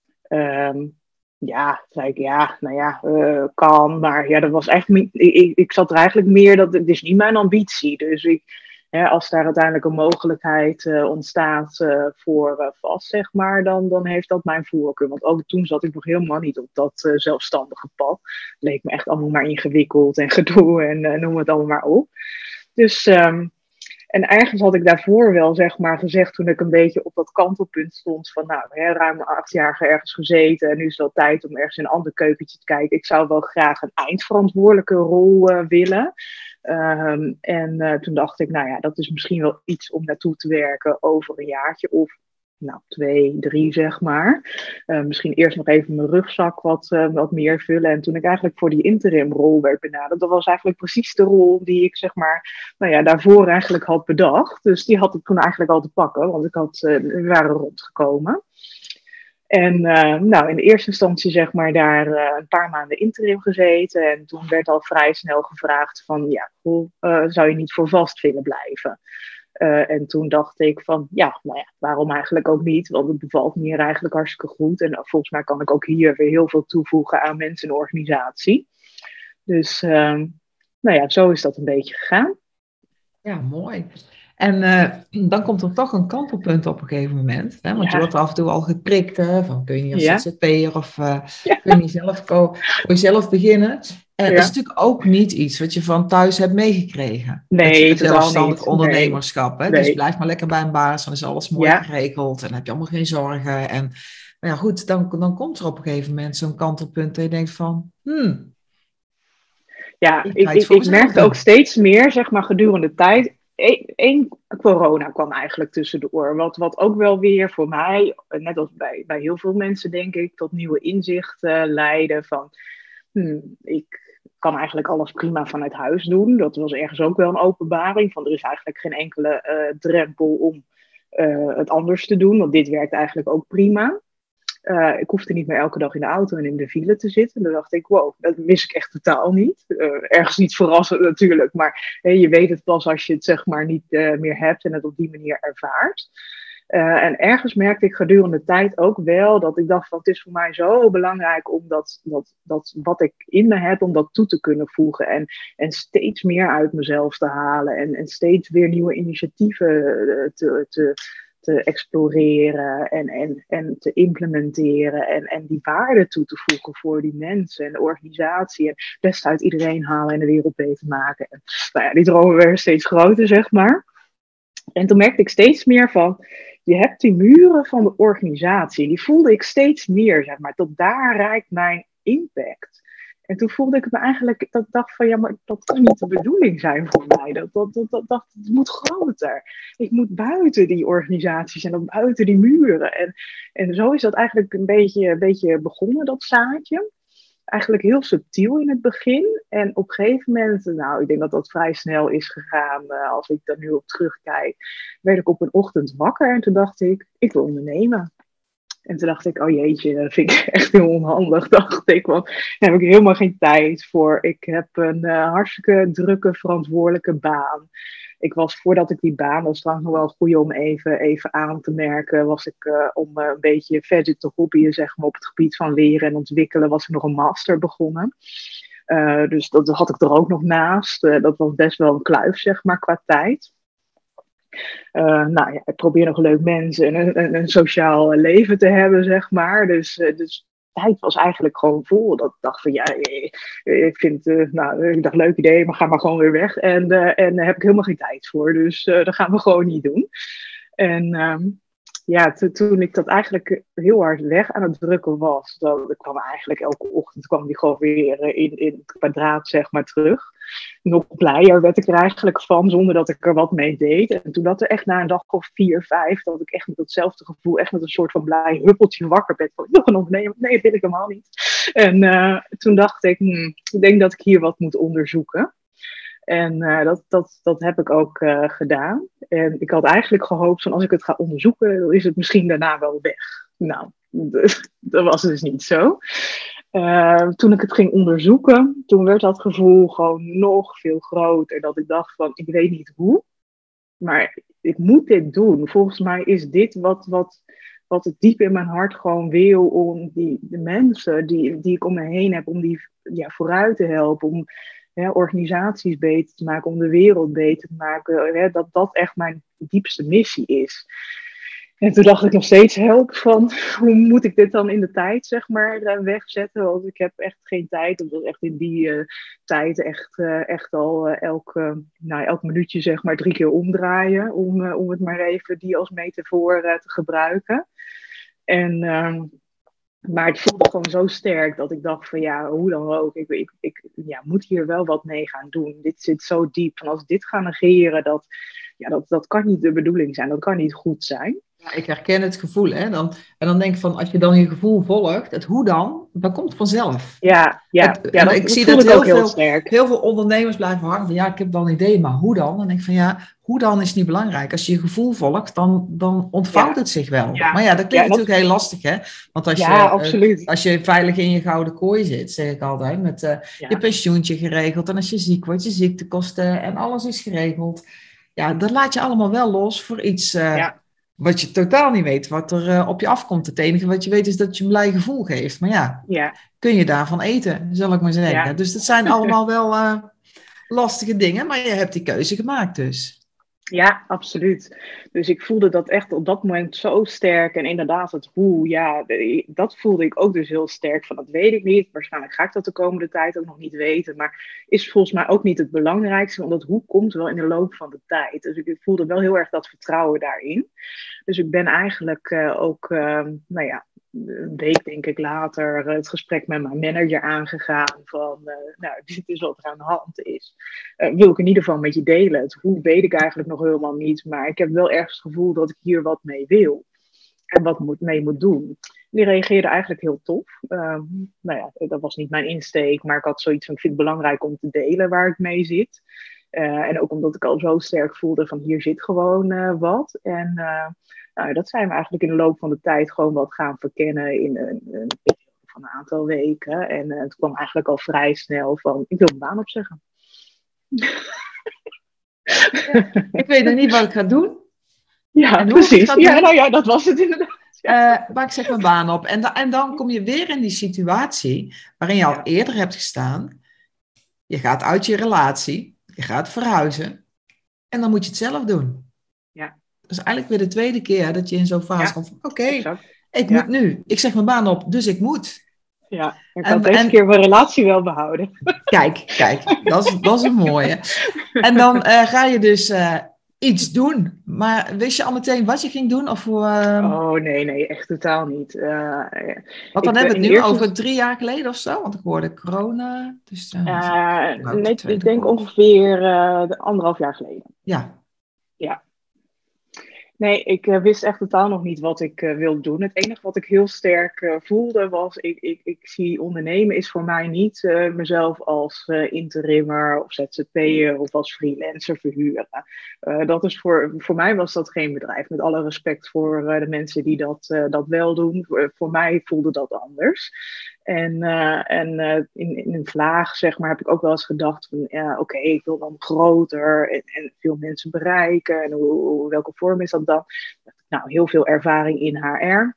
Ja, zei ik, ja, nou ja, kan. Maar ja, dat was echt ik zat er eigenlijk meer, dat het is niet mijn ambitie. Dus als daar uiteindelijk een mogelijkheid ontstaat voor vast, zeg maar, dan heeft dat mijn voorkeur. Want ook toen zat ik nog helemaal niet op dat zelfstandige pad. Leek me echt allemaal maar ingewikkeld en gedoe en noem het allemaal maar op. Dus, en ergens had ik daarvoor wel, zeg maar, gezegd, toen ik een beetje op dat kantelpunt stond van, nou, ruim 8 jaar ergens gezeten en nu is het wel tijd om ergens in een ander keukentje te kijken. Ik zou wel graag een eindverantwoordelijke rol willen. Toen dacht ik, nou ja, dat is misschien wel iets om naartoe te werken over een jaartje of 2, 3 zeg maar. Misschien eerst nog even mijn rugzak wat meer vullen. En toen ik eigenlijk voor die interimrol werd benaderd, dat was eigenlijk precies de rol die ik zeg maar, nou ja, daarvoor eigenlijk had bedacht. Dus die had ik toen eigenlijk al te pakken, want we waren rondgekomen. En nou, in de eerste instantie zeg maar daar een paar maanden interim gezeten. En toen werd al vrij snel gevraagd van, ja, zou je niet voor vast willen blijven? En toen dacht ik van, ja, nou ja, waarom eigenlijk ook niet? Want het bevalt me hier eigenlijk hartstikke goed. En volgens mij kan ik ook hier weer heel veel toevoegen aan mensen in de organisatie. Dus, nou ja, zo is dat een beetje gegaan. Ja, mooi. En dan komt er toch een kantelpunt op een gegeven moment. Hè? Want je wordt af en toe al geprikt, hè, van kun je niet als ZZP'er of kun je niet voor jezelf beginnen. En dat is natuurlijk ook niet iets wat je van thuis hebt meegekregen. Nee, het zelfstandig niet. ondernemerschap. Hè? Nee. Dus blijf maar lekker bij een baas, dan is alles mooi geregeld en dan heb je allemaal geen zorgen. En maar ja, goed, dan komt er op een gegeven moment zo'n kantelpunt dat je denkt van, Ja, ik merkte ook steeds meer, zeg maar, gedurende de tijd. Corona kwam eigenlijk tussendoor. Wat ook wel weer voor mij, net als bij heel veel mensen denk ik, tot nieuwe inzichten leidde van, ik kan eigenlijk alles prima vanuit huis doen. Dat was ergens ook wel een openbaring van er is eigenlijk geen enkele drempel om het anders te doen, want dit werkt eigenlijk ook prima. Ik hoefde niet meer elke dag in de auto en in de file te zitten. Dan dacht ik, wow, dat mis ik echt totaal niet. Ergens niet verrassend natuurlijk, maar je weet het pas als je het zeg maar niet meer hebt en het op die manier ervaart. En ergens merkte ik gedurende de tijd ook wel dat ik dacht van het is voor mij zo belangrijk om dat wat ik in me heb, om dat toe te kunnen voegen en steeds meer uit mezelf te halen en steeds weer nieuwe initiatieven te exploreren en te implementeren en die waarde toe te voegen voor die mensen en de organisatie en het beste uit iedereen halen en de wereld beter maken. En, nou ja, die dromen werden steeds groter, zeg maar. En toen merkte ik steeds meer van, je hebt die muren van de organisatie, die voelde ik steeds meer, zeg maar, tot daar reikt mijn impact. En toen voelde ik me eigenlijk, dat dacht van ja, maar dat kan niet de bedoeling zijn voor mij. Dat het moet groter. Ik moet buiten die organisaties en buiten die muren. En zo is dat eigenlijk een beetje begonnen, dat zaadje. Eigenlijk heel subtiel in het begin. En op een gegeven moment, nou, ik denk dat dat vrij snel is gegaan. Als ik daar nu op terugkijk, werd ik op een ochtend wakker en toen dacht ik wil ondernemen. En toen dacht ik, oh jeetje, dat vind ik echt heel onhandig, dacht ik. Want daar heb ik helemaal geen tijd voor. Ik heb een hartstikke drukke, verantwoordelijke baan. Ik was, voordat ik die baan, dat is trouwens nog wel goed om even aan te merken, was ik om een beetje verder te hobbyen, zeg maar, op het gebied van leren en ontwikkelen, was ik nog een master begonnen. Dus dat had ik er ook nog naast. Dat was best wel een kluif, zeg maar, qua tijd. Nou ja, ik probeer nog leuk mensen en een sociaal leven te hebben, zeg maar. Dus tijd was eigenlijk gewoon vol. Dat ik dacht van ja, ik vind, ik dacht leuk idee, maar ga maar gewoon weer weg. En daar heb ik helemaal geen tijd voor. Dus dat gaan we gewoon niet doen. En ja, toen ik dat eigenlijk heel hard weg aan het drukken was, dan kwam eigenlijk elke ochtend die gewoon weer in het kwadraat, zeg maar, terug. Nog blijer werd ik er eigenlijk van, zonder dat ik er wat mee deed. En toen dat er echt na een dag of 4, 5, dat ik echt met datzelfde gevoel, echt met een soort van blij huppeltje wakker ben. Van, nog een ondernemer? Nee, dat wil ik helemaal niet. En toen dacht ik, ik denk dat ik hier wat moet onderzoeken. En dat heb ik ook gedaan. En ik had eigenlijk gehoopt van als ik het ga onderzoeken, dan is het misschien daarna wel weg. Nou, dat was dus niet zo. Toen ik het ging onderzoeken, toen werd dat gevoel gewoon nog veel groter. Dat ik dacht van, ik weet niet hoe, maar ik moet dit doen. Volgens mij is dit wat het diep in mijn hart gewoon wil, om de mensen die ik om me heen heb, om die vooruit te helpen, om organisaties beter te maken, om de wereld beter te maken, dat echt mijn diepste missie is. En toen dacht ik nog steeds, help, van hoe moet ik dit dan in de tijd, zeg maar, wegzetten? Want ik heb echt geen tijd. Ik was echt in die tijd echt al elk minuutje, zeg maar, 3 keer omdraaien. Om het maar even die als metafoor te gebruiken. Maar het voelde gewoon zo sterk dat ik dacht van ja, hoe dan ook. Ik moet hier wel wat mee gaan doen. Dit zit zo diep. Van als ik dit ga negeren, dat kan niet de bedoeling zijn. Dat kan niet goed zijn. Ja, ik herken het gevoel. Hè? Dan denk ik van, als je dan je gevoel volgt, het hoe dan komt vanzelf. Ik zie dat heel veel ondernemers blijven hangen van, ja, ik heb wel een idee, maar hoe dan? Dan denk ik van, ja, hoe dan is niet belangrijk. Als je je gevoel volgt, dan ontvouwt het zich wel. Ja. Maar ja, dat klinkt natuurlijk heel lastig, hè? Want als je veilig in je gouden kooi zit, zeg ik altijd, met je pensioentje geregeld, en als je ziek wordt, je ziektekosten en alles is geregeld. Ja, dat laat je allemaal wel los voor iets wat je totaal niet weet, wat er op je afkomt. Het enige wat je weet is dat het je een blij gevoel geeft. Maar kun je daarvan eten, zal ik maar zeggen. Ja. Dus dat zijn allemaal wel lastige dingen, maar je hebt die keuze gemaakt dus. Ja, absoluut. Dus ik voelde dat echt op dat moment zo sterk. En inderdaad, het hoe, dat voelde ik ook dus heel sterk. Van, dat weet ik niet. Waarschijnlijk ga ik dat de komende tijd ook nog niet weten. Maar is volgens mij ook niet het belangrijkste. Want dat hoe komt wel in de loop van de tijd. Dus ik voelde wel heel erg dat vertrouwen daarin. Dus ik ben eigenlijk een week denk ik later het gesprek met mijn manager aangegaan van, dit is wat er aan de hand is. Wil ik in ieder geval met je delen. Het hoe weet ik eigenlijk nog helemaal niet, maar ik heb wel ergens het gevoel dat ik hier wat mee wil. En wat mee moet doen. Die reageerde eigenlijk heel tof. Dat was niet mijn insteek, maar ik had zoiets van, ik vind het belangrijk om te delen waar ik mee zit. En ook omdat ik al zo sterk voelde van, hier zit gewoon wat. En dat zijn we eigenlijk in de loop van de tijd gewoon wat gaan verkennen in een periode van een aantal weken. En het kwam eigenlijk al vrij snel van, ik wil mijn baan opzeggen. Ik weet nog niet wat ik ga doen. Ja, precies. Dat was het inderdaad. Maar ik zeg mijn baan op. En dan kom je weer in die situatie waarin je al eerder hebt gestaan. Je gaat uit je relatie. Je gaat verhuizen. En dan moet je het zelf doen. Ja. Dat is eigenlijk weer de tweede keer dat je in zo'n fase komt van, oké, ik moet nu. Ik zeg mijn baan op, dus ik moet. Ja, ik had deze keer mijn relatie wel behouden. Kijk, dat is een mooie. En dan ga je dus iets doen. Maar wist je al meteen wat je ging doen? Of, Oh, nee, echt totaal niet. Want dan hebben we het nu over 3 jaar geleden of zo? Want ik hoorde corona. Dus, ik denk ongeveer 1,5 jaar geleden. Ja. Nee, ik wist echt totaal nog niet wat ik wilde doen. Het enige wat ik heel sterk voelde was, ik zie ondernemen is voor mij niet mezelf als interimmer of ZZP'er of als freelancer verhuren. Dat is voor mij was dat geen bedrijf. Met alle respect voor de mensen die dat wel doen. Voor mij voelde dat anders. En in een vlaag, zeg maar, heb ik ook wel eens gedacht van, ik wil dan groter en veel mensen bereiken. En welke vorm is dat dan? Nou, heel veel ervaring in HR.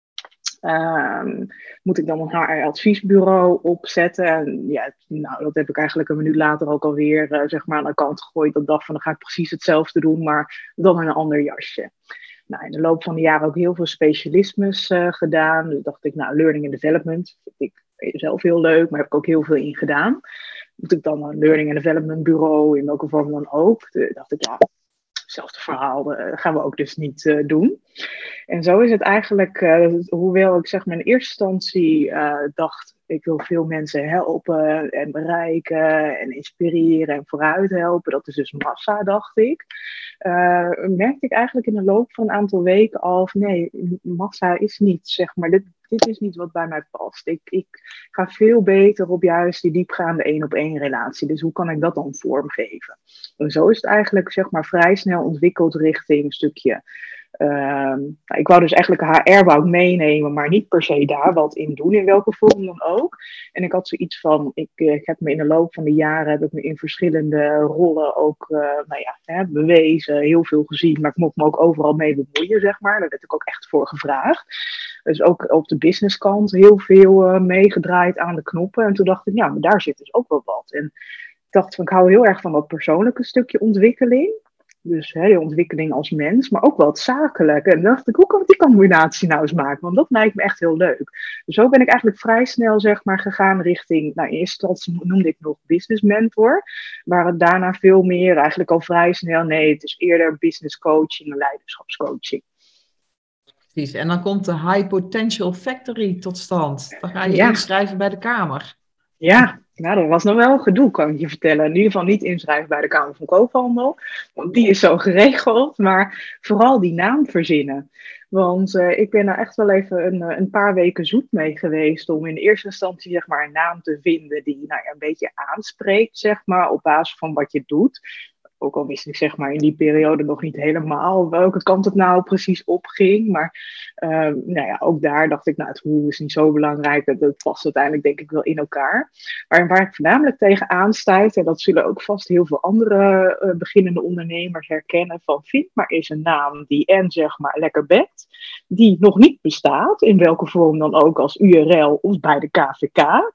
Moet ik dan een HR-adviesbureau opzetten? En dat heb ik eigenlijk een minuut later ook alweer aan de kant gegooid. Dat dacht van, dan ga ik precies hetzelfde doen, maar dan in een ander jasje. Nou, in de loop van de jaren ook heel veel specialismes gedaan. Dus dacht ik, learning and development vind ik zelf heel leuk, maar heb ik ook heel veel in gedaan. Moet ik dan een learning and development bureau, in welke vorm dan ook? Dacht ik, hetzelfde verhaal gaan we ook dus niet doen. En zo is het eigenlijk, hoewel ik in eerste instantie dacht, ik wil veel mensen helpen en bereiken en inspireren en vooruit helpen. Dat is dus massa, dacht ik. Merkte ik eigenlijk in de loop van een aantal weken al van, nee, massa is niet, dit is niet wat bij mij past. Ik ga veel beter op juist die diepgaande 1-op-1 relatie. Dus hoe kan ik dat dan vormgeven? En zo is het eigenlijk vrij snel ontwikkeld richting een stukje Ik wou dus eigenlijk HR wou ik meenemen, maar niet per se daar wat in doen, in welke vorm dan ook. En ik had zoiets van, ik heb me in de loop van de jaren, heb ik me in verschillende rollen ook bewezen, heel veel gezien, maar ik mocht me ook overal mee bemoeien, zeg maar. Daar werd ik ook echt voor gevraagd. Dus ook op de businesskant heel veel meegedraaid aan de knoppen. En toen dacht ik, ja, maar daar zit dus ook wel wat. En ik dacht van, ik hou heel erg van dat persoonlijke stukje ontwikkeling. Dus de ontwikkeling als mens, maar ook wel het zakelijke. En dacht ik, hoe kan ik die combinatie nou eens maken? Want dat lijkt me echt heel leuk. Dus zo ben ik eigenlijk vrij snel zeg maar gegaan richting, in eerste instantie noemde ik nog business mentor. Maar het daarna veel meer eigenlijk al vrij snel, nee, het is eerder business coaching en leiderschapscoaching. Precies, en dan komt de High Potential Factory tot stand. Dan ga je inschrijven bij de Kamer. Ja, nou, dat was nog wel een gedoe, kan ik je vertellen. In ieder geval niet inschrijven bij de Kamer van Koophandel, want die is zo geregeld. Maar vooral die naam verzinnen. Want ik ben daar echt wel even een paar weken zoet mee geweest om in eerste instantie zeg maar een naam te vinden die een beetje aanspreekt, zeg maar, op basis van wat je doet. Ook al wist ik zeg maar in die periode nog niet helemaal welke kant het nou precies opging. Maar ook daar dacht ik, het hoe is niet zo belangrijk. Dat past uiteindelijk denk ik wel in elkaar. Maar waar ik voornamelijk tegen aanstuit, en dat zullen ook vast heel veel andere beginnende ondernemers herkennen, van vind maar eens een naam die zeg maar lekker bekt, die nog niet bestaat, in welke vorm dan ook als URL of bij de KVK.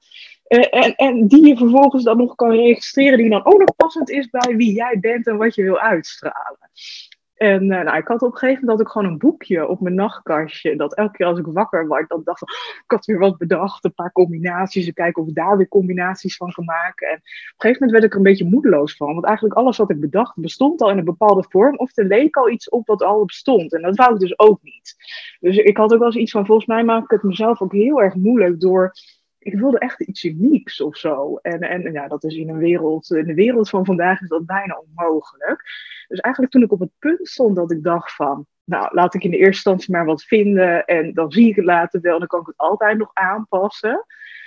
En die je vervolgens dan nog kan registreren, die dan ook nog passend is bij wie jij bent en wat je wil uitstralen. En ik had op een gegeven moment gewoon een boekje op mijn nachtkastje, dat elke keer als ik wakker word, dan dacht ik had weer wat bedacht, een paar combinaties, en kijken of ik daar weer combinaties van kan maken. En op een gegeven moment werd ik er een beetje moedeloos van, want eigenlijk alles wat ik bedacht bestond al in een bepaalde vorm, of er leek al iets op wat al bestond. En dat wou ik dus ook niet. Dus ik had ook wel eens iets van, volgens mij maak ik het mezelf ook heel erg moeilijk door. Ik wilde echt iets unieks of zo. En dat is in de wereld van vandaag is dat bijna onmogelijk. Dus eigenlijk toen ik op het punt stond dat ik dacht van, laat ik in de eerste instantie maar wat vinden en dan zie ik het later wel, dan kan ik het altijd nog aanpassen.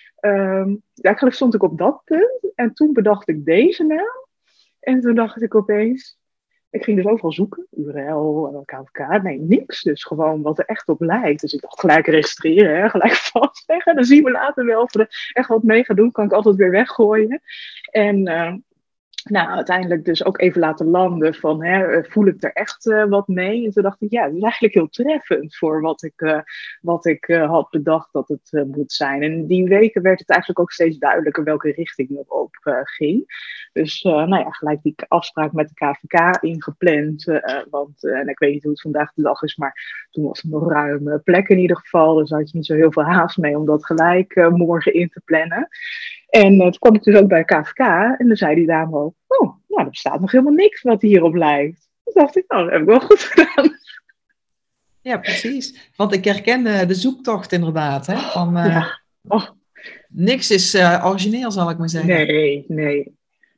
Eigenlijk stond ik op dat punt en toen bedacht ik deze naam. En toen dacht ik opeens, ik ging dus overal zoeken, URL, KVK, nee, niks. Dus gewoon wat er echt op lijkt. Dus ik dacht gelijk registreren, gelijk vastleggen. Dan zien we later wel of er echt wat mee gaat doen, kan ik altijd weer weggooien. En uiteindelijk dus ook even laten landen van, voel ik er echt wat mee? En toen dacht ik, het is eigenlijk heel treffend voor wat ik had bedacht dat het moet zijn. En die weken werd het eigenlijk ook steeds duidelijker welke richting het op ging. Dus gelijk die afspraak met de KVK ingepland. En ik weet niet hoe het vandaag de dag is, maar toen was er nog ruim plek in ieder geval. Dus daar had je niet zo heel veel haast mee om dat gelijk morgen in te plannen. En toen kwam ik dus ook bij KVK en dan zei die dame ook, er bestaat nog helemaal niks wat hierop lijkt. Toen dacht ik, dat heb ik wel goed gedaan. Ja, precies. Want ik herkende de zoektocht inderdaad. Hè? Van, niks is origineel, zal ik maar zeggen. Nee.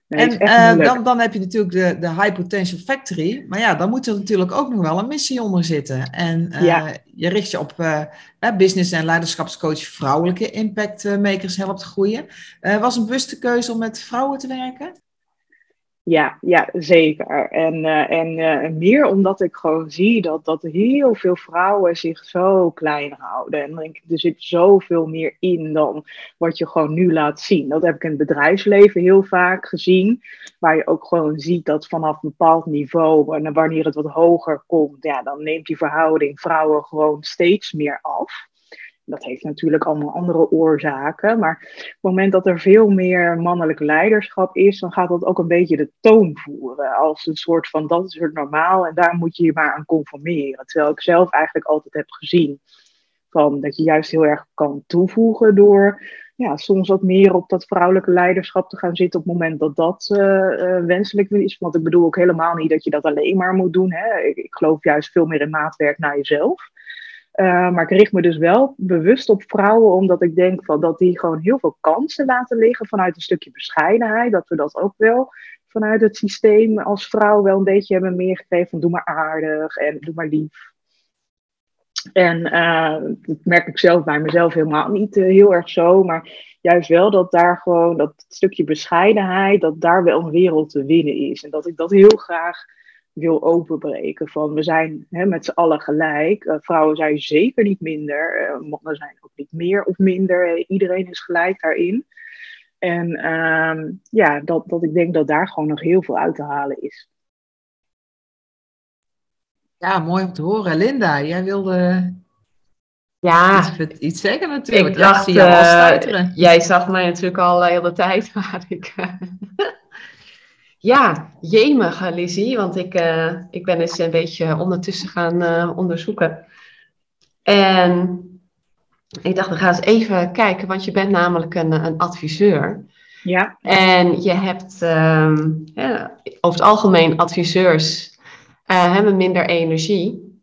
En dan heb je natuurlijk de High Potential Factory. Maar ja, dan moet er natuurlijk ook nog wel een missie onder zitten. En je richt je op business- en leiderschapscoach vrouwelijke impact makers helpt groeien. Was een bewuste keuze om met vrouwen te werken? Ja, zeker. En meer omdat ik gewoon zie dat heel veel vrouwen zich zo klein houden. En er zit zoveel meer in dan wat je gewoon nu laat zien. Dat heb ik in het bedrijfsleven heel vaak gezien. Waar je ook gewoon ziet dat vanaf een bepaald niveau, en wanneer het wat hoger komt, dan neemt die verhouding vrouwen gewoon steeds meer af. Dat heeft natuurlijk allemaal andere oorzaken. Maar op het moment dat er veel meer mannelijk leiderschap is, dan gaat dat ook een beetje de toon voeren. Als een soort van, dat is het normaal en daar moet je je maar aan conformeren. Terwijl ik zelf eigenlijk altijd heb gezien van dat je juist heel erg kan toevoegen door soms wat meer op dat vrouwelijke leiderschap te gaan zitten op het moment dat dat wenselijk is. Want ik bedoel ook helemaal niet dat je dat alleen maar moet doen. Hè. Ik geloof juist veel meer in maatwerk naar jezelf. Maar ik richt me dus wel bewust op vrouwen, omdat ik denk dat die gewoon heel veel kansen laten liggen vanuit een stukje bescheidenheid. Dat we dat ook wel vanuit het systeem als vrouw wel een beetje hebben meegegeven van doe maar aardig en doe maar lief. En dat merk ik zelf bij mezelf helemaal niet heel erg zo, maar juist wel dat daar gewoon dat stukje bescheidenheid, dat daar wel een wereld te winnen is. En dat ik dat heel graag wil openbreken. Van we zijn met z'n allen gelijk. Vrouwen zijn zeker niet minder. Mannen zijn ook niet meer of minder. Iedereen is gelijk daarin. En dat ik denk dat daar gewoon nog heel veel uit te halen is. Ja, mooi om te horen. Linda, jij wilde iets zeggen natuurlijk. Ik dacht, zie jou al stuiteren. jij zag mij natuurlijk al de hele tijd, maar ik... Ja, jemig, Lizzie, want ik ben eens een beetje ondertussen gaan onderzoeken. En ik dacht, we gaan eens even kijken, want je bent namelijk een adviseur. Ja. En je hebt over het algemeen adviseurs hebben minder energie.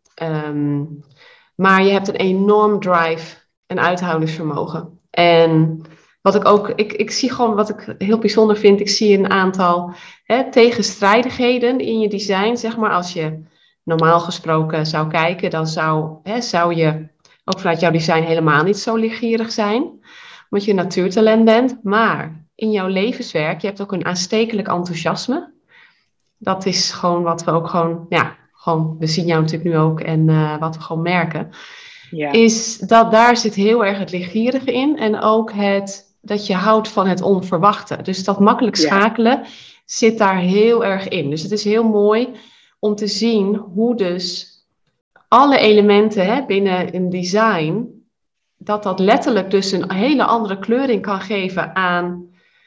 Maar je hebt een enorm drive en uithoudingsvermogen. En wat ik ook, ik zie gewoon wat ik heel bijzonder vind. Ik zie een aantal tegenstrijdigheden in je design. Zeg maar, als je normaal gesproken zou kijken, dan zou je ook vanuit jouw design helemaal niet zo leergierig zijn. Omdat je een natuurtalent bent. Maar in jouw levenswerk, je hebt ook een aanstekelijk enthousiasme. Dat is gewoon wat we ook gewoon, we zien jou natuurlijk nu ook en wat we gewoon merken. Ja. Is dat daar zit heel erg het leergierige in. En ook dat je houdt van het onverwachte. Dus dat makkelijk schakelen zit daar heel erg in. Dus het is heel mooi om te zien hoe dus alle elementen binnen een design, dat letterlijk dus een hele andere kleuring kan geven aan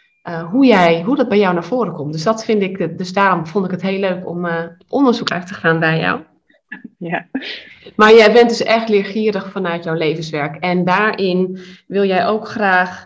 hoe dat bij jou naar voren komt. Dus dat vind ik, dus daarom vond ik het heel leuk om onderzoek uit te gaan bij jou. Ja. Maar jij bent dus echt leergierig vanuit jouw levenswerk. En daarin wil jij ook graag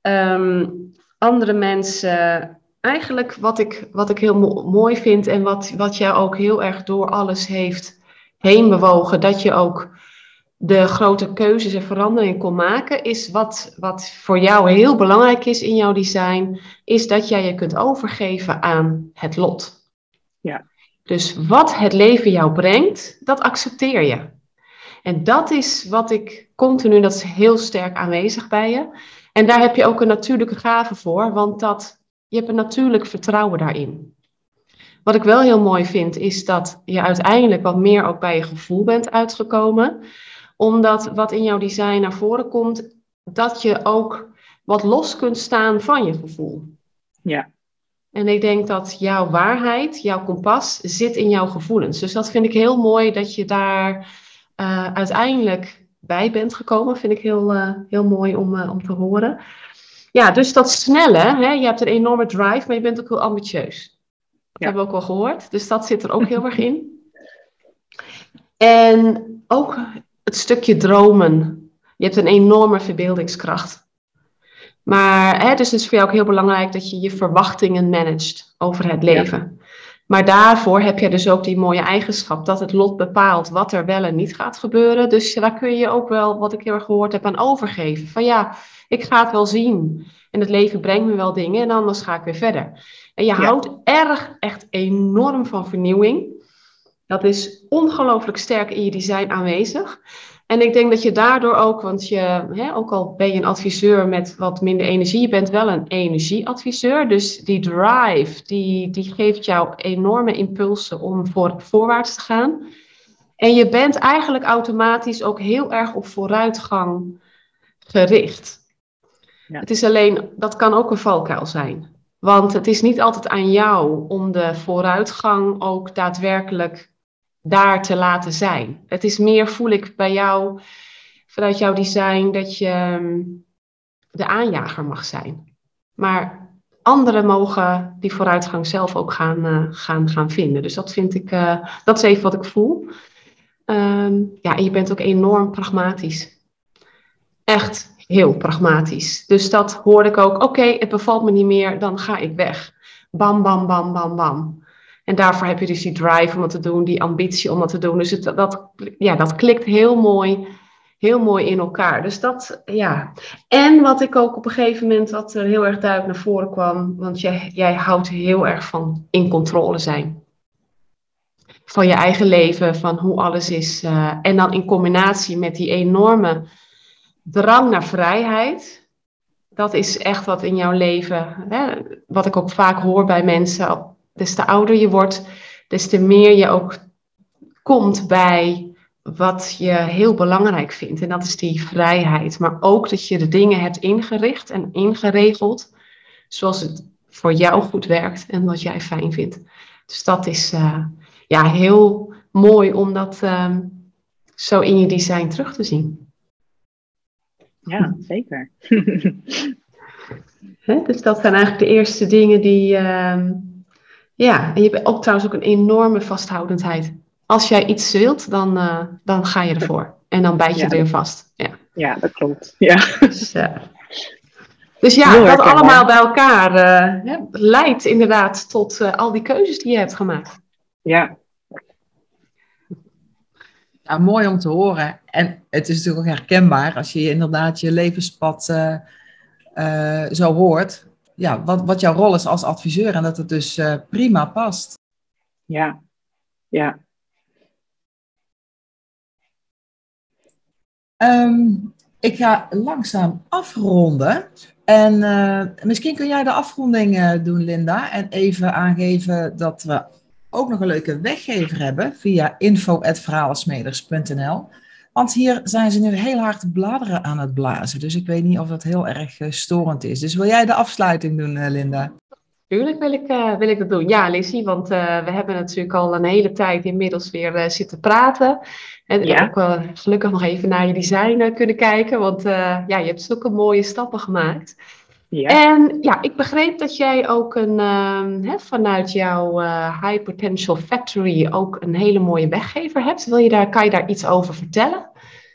andere mensen... Eigenlijk wat ik heel mooi vind en wat jou ook heel erg door alles heeft heen bewogen, dat je ook de grote keuzes en veranderingen kon maken, is wat voor jou heel belangrijk is in jouw design, is dat jij je kunt overgeven aan het lot. Ja. Dus wat het leven jou brengt, dat accepteer je. En dat is wat ik continu, dat is heel sterk aanwezig bij je. En daar heb je ook een natuurlijke gave voor, want je hebt een natuurlijk vertrouwen daarin. Wat ik wel heel mooi vind, is dat je uiteindelijk wat meer ook bij je gevoel bent uitgekomen. Omdat wat in jouw design naar voren komt, dat je ook wat los kunt staan van je gevoel. Ja. En ik denk dat jouw waarheid, jouw kompas, zit in jouw gevoelens. Dus dat vind ik heel mooi dat je daar uiteindelijk bij bent gekomen. Vind ik heel mooi om te horen. Ja, dus dat snelle, je hebt een enorme drive, maar je bent ook heel ambitieus. Dat hebben we ook al gehoord. Dus dat zit er ook heel erg in. En ook het stukje dromen. Je hebt een enorme verbeeldingskracht. Maar dus het is voor jou ook heel belangrijk dat je je verwachtingen managt over het leven. Ja. Maar daarvoor heb je dus ook die mooie eigenschap dat het lot bepaalt wat er wel en niet gaat gebeuren. Dus daar kun je ook wel, wat ik heel erg gehoord heb, aan overgeven. Van ja, ik ga het wel zien. En het leven brengt me wel dingen en anders ga ik weer verder. En je houdt echt enorm van vernieuwing. Dat is ongelooflijk sterk in je design aanwezig. En ik denk dat je daardoor ook, want ook al ben je een adviseur met wat minder energie, je bent wel een energieadviseur. Dus die drive, die geeft jou enorme impulsen om voorwaarts te gaan. En je bent eigenlijk automatisch ook heel erg op vooruitgang gericht. Ja. Het is alleen, dat kan ook een valkuil zijn. Want het is niet altijd aan jou om de vooruitgang ook daadwerkelijk daar te laten zijn. Het is meer, voel ik bij jou, vanuit jouw design, dat je de aanjager mag zijn. Maar anderen mogen die vooruitgang zelf ook gaan vinden. Dus dat vind ik, dat is even wat ik voel. En je bent ook enorm pragmatisch. Echt heel pragmatisch. Dus dat hoorde ik ook. Oké, het bevalt me niet meer, dan ga ik weg. Bam, bam, bam, bam, bam. En daarvoor heb je dus die drive om dat te doen, die ambitie om dat te doen. Dus dat klikt heel mooi in elkaar. Dus dat, ja. En wat ik ook op een gegeven moment, wat er heel erg duidelijk naar voren kwam, want jij houdt heel erg van in controle zijn. Van je eigen leven, van hoe alles is. En dan in combinatie met die enorme drang naar vrijheid. Dat is echt wat in jouw leven, wat ik ook vaak hoor bij mensen. Des te ouder je wordt, des te meer je ook komt bij wat je heel belangrijk vindt. En dat is die vrijheid. Maar ook dat je de dingen hebt ingericht en ingeregeld zoals het voor jou goed werkt en wat jij fijn vindt. Dus dat is heel mooi om dat zo in je design terug te zien. Ja, zeker. Dus dat zijn eigenlijk de eerste dingen die... en je hebt ook trouwens ook een enorme vasthoudendheid. Als jij iets wilt, dan ga je ervoor. En dan bijt je erin vast. Ja, dat klopt. Ja. Dus dat allemaal bij elkaar leidt inderdaad tot al die keuzes die je hebt gemaakt. Ja. Ja, mooi om te horen. En het is natuurlijk ook herkenbaar als je inderdaad je levenspad zo hoort. Ja, wat jouw rol is als adviseur en dat het dus prima past. Ja. Ik ga langzaam afronden. En misschien kun jij de afronding doen, Linda. En even aangeven dat we ook nog een leuke weggever hebben via info@verhalensmeders.nl. Want hier zijn ze nu heel hard bladeren aan het blazen. Dus ik weet niet of dat heel erg storend is. Dus wil jij de afsluiting doen, Linda? Tuurlijk wil ik dat doen. Ja, Lizzie, want we hebben natuurlijk al een hele tijd inmiddels weer zitten praten. En ook gelukkig nog even naar je design kunnen kijken. Want je hebt zulke mooie stappen gemaakt. Ja. En ik begreep dat jij ook vanuit jouw High Potential Factory ook een hele mooie weggever hebt. Kan je daar iets over vertellen?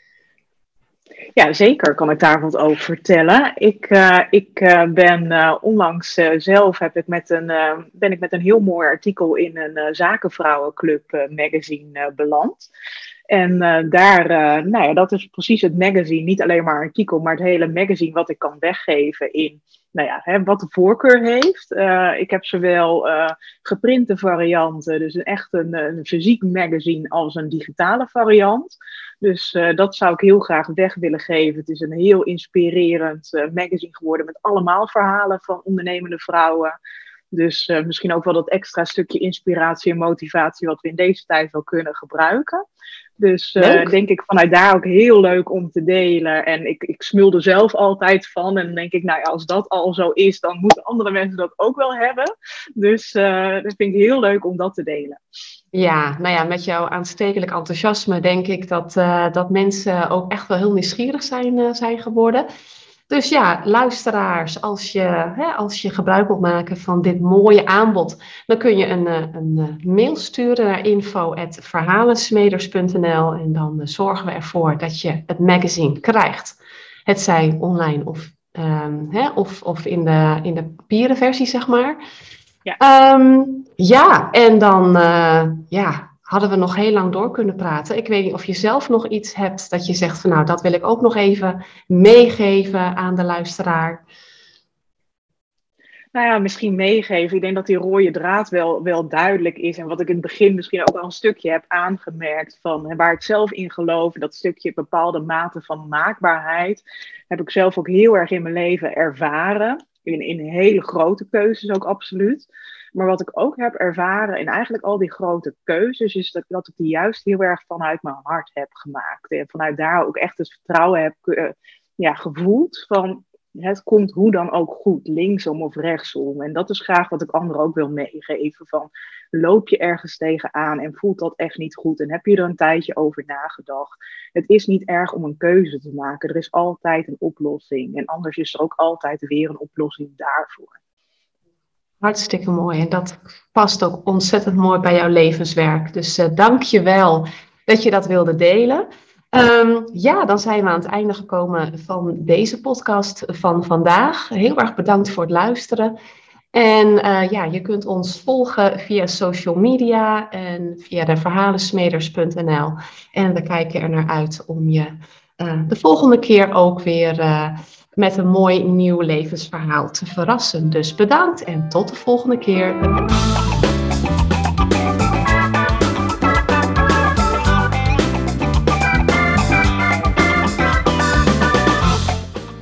Ja, zeker kan ik daar wat over vertellen. Ik ben onlangs zelf ben ik met een heel mooi artikel in een Zakenvrouwenclub magazine beland. En dat is precies het magazine, niet alleen maar een artikel, maar het hele magazine wat ik kan weggeven in wat de voorkeur heeft. Ik heb zowel geprinte varianten, dus echt een fysiek magazine, als een digitale variant. Dus dat zou ik heel graag weg willen geven. Het is een heel inspirerend magazine geworden met allemaal verhalen van ondernemende vrouwen. Dus misschien ook wel dat extra stukje inspiratie en motivatie wat we in deze tijd wel kunnen gebruiken. Dus denk ik vanuit daar ook heel leuk om te delen. En ik smul er zelf altijd van. En dan denk ik, als dat al zo is, dan moeten andere mensen dat ook wel hebben. Dus dat vind ik heel leuk om dat te delen. Ja, met jouw aanstekelijk enthousiasme denk ik dat mensen ook echt wel heel nieuwsgierig zijn geworden. Dus luisteraars, als je gebruik wilt maken van dit mooie aanbod, dan kun je een mail sturen naar info@verhalensmeders.nl en dan zorgen we ervoor dat je het magazine krijgt. Het zij online of in de papieren versie, zeg maar. En dan hadden we nog heel lang door kunnen praten. Ik weet niet of je zelf nog iets hebt dat je zegt van dat wil ik ook nog even meegeven aan de luisteraar. Misschien meegeven. Ik denk dat die rode draad wel duidelijk is. En wat ik in het begin misschien ook al een stukje heb aangemerkt van waar ik zelf in geloof. Dat stukje bepaalde mate van maakbaarheid heb ik zelf ook heel erg in mijn leven ervaren. In hele grote keuzes ook absoluut. Maar wat ik ook heb ervaren in eigenlijk al die grote keuzes, is dat ik die juist heel erg vanuit mijn hart heb gemaakt. En vanuit daar ook echt het vertrouwen heb gevoeld van het komt hoe dan ook goed, linksom of rechtsom. En dat is graag wat ik anderen ook wil meegeven. Van loop je ergens tegenaan en voelt dat echt niet goed en heb je er een tijdje over nagedacht. Het is niet erg om een keuze te maken. Er is altijd een oplossing. En anders is er ook altijd weer een oplossing daarvoor. Hartstikke mooi. En dat past ook ontzettend mooi bij jouw levenswerk. Dus dank je wel dat je dat wilde delen. Dan zijn we aan het einde gekomen van deze podcast van vandaag. Heel erg bedankt voor het luisteren. En je kunt ons volgen via social media en via de verhalensmeders.nl. En we kijken er naar uit om je de volgende keer ook weer met een mooi nieuw levensverhaal te verrassen. Dus bedankt en tot de volgende keer.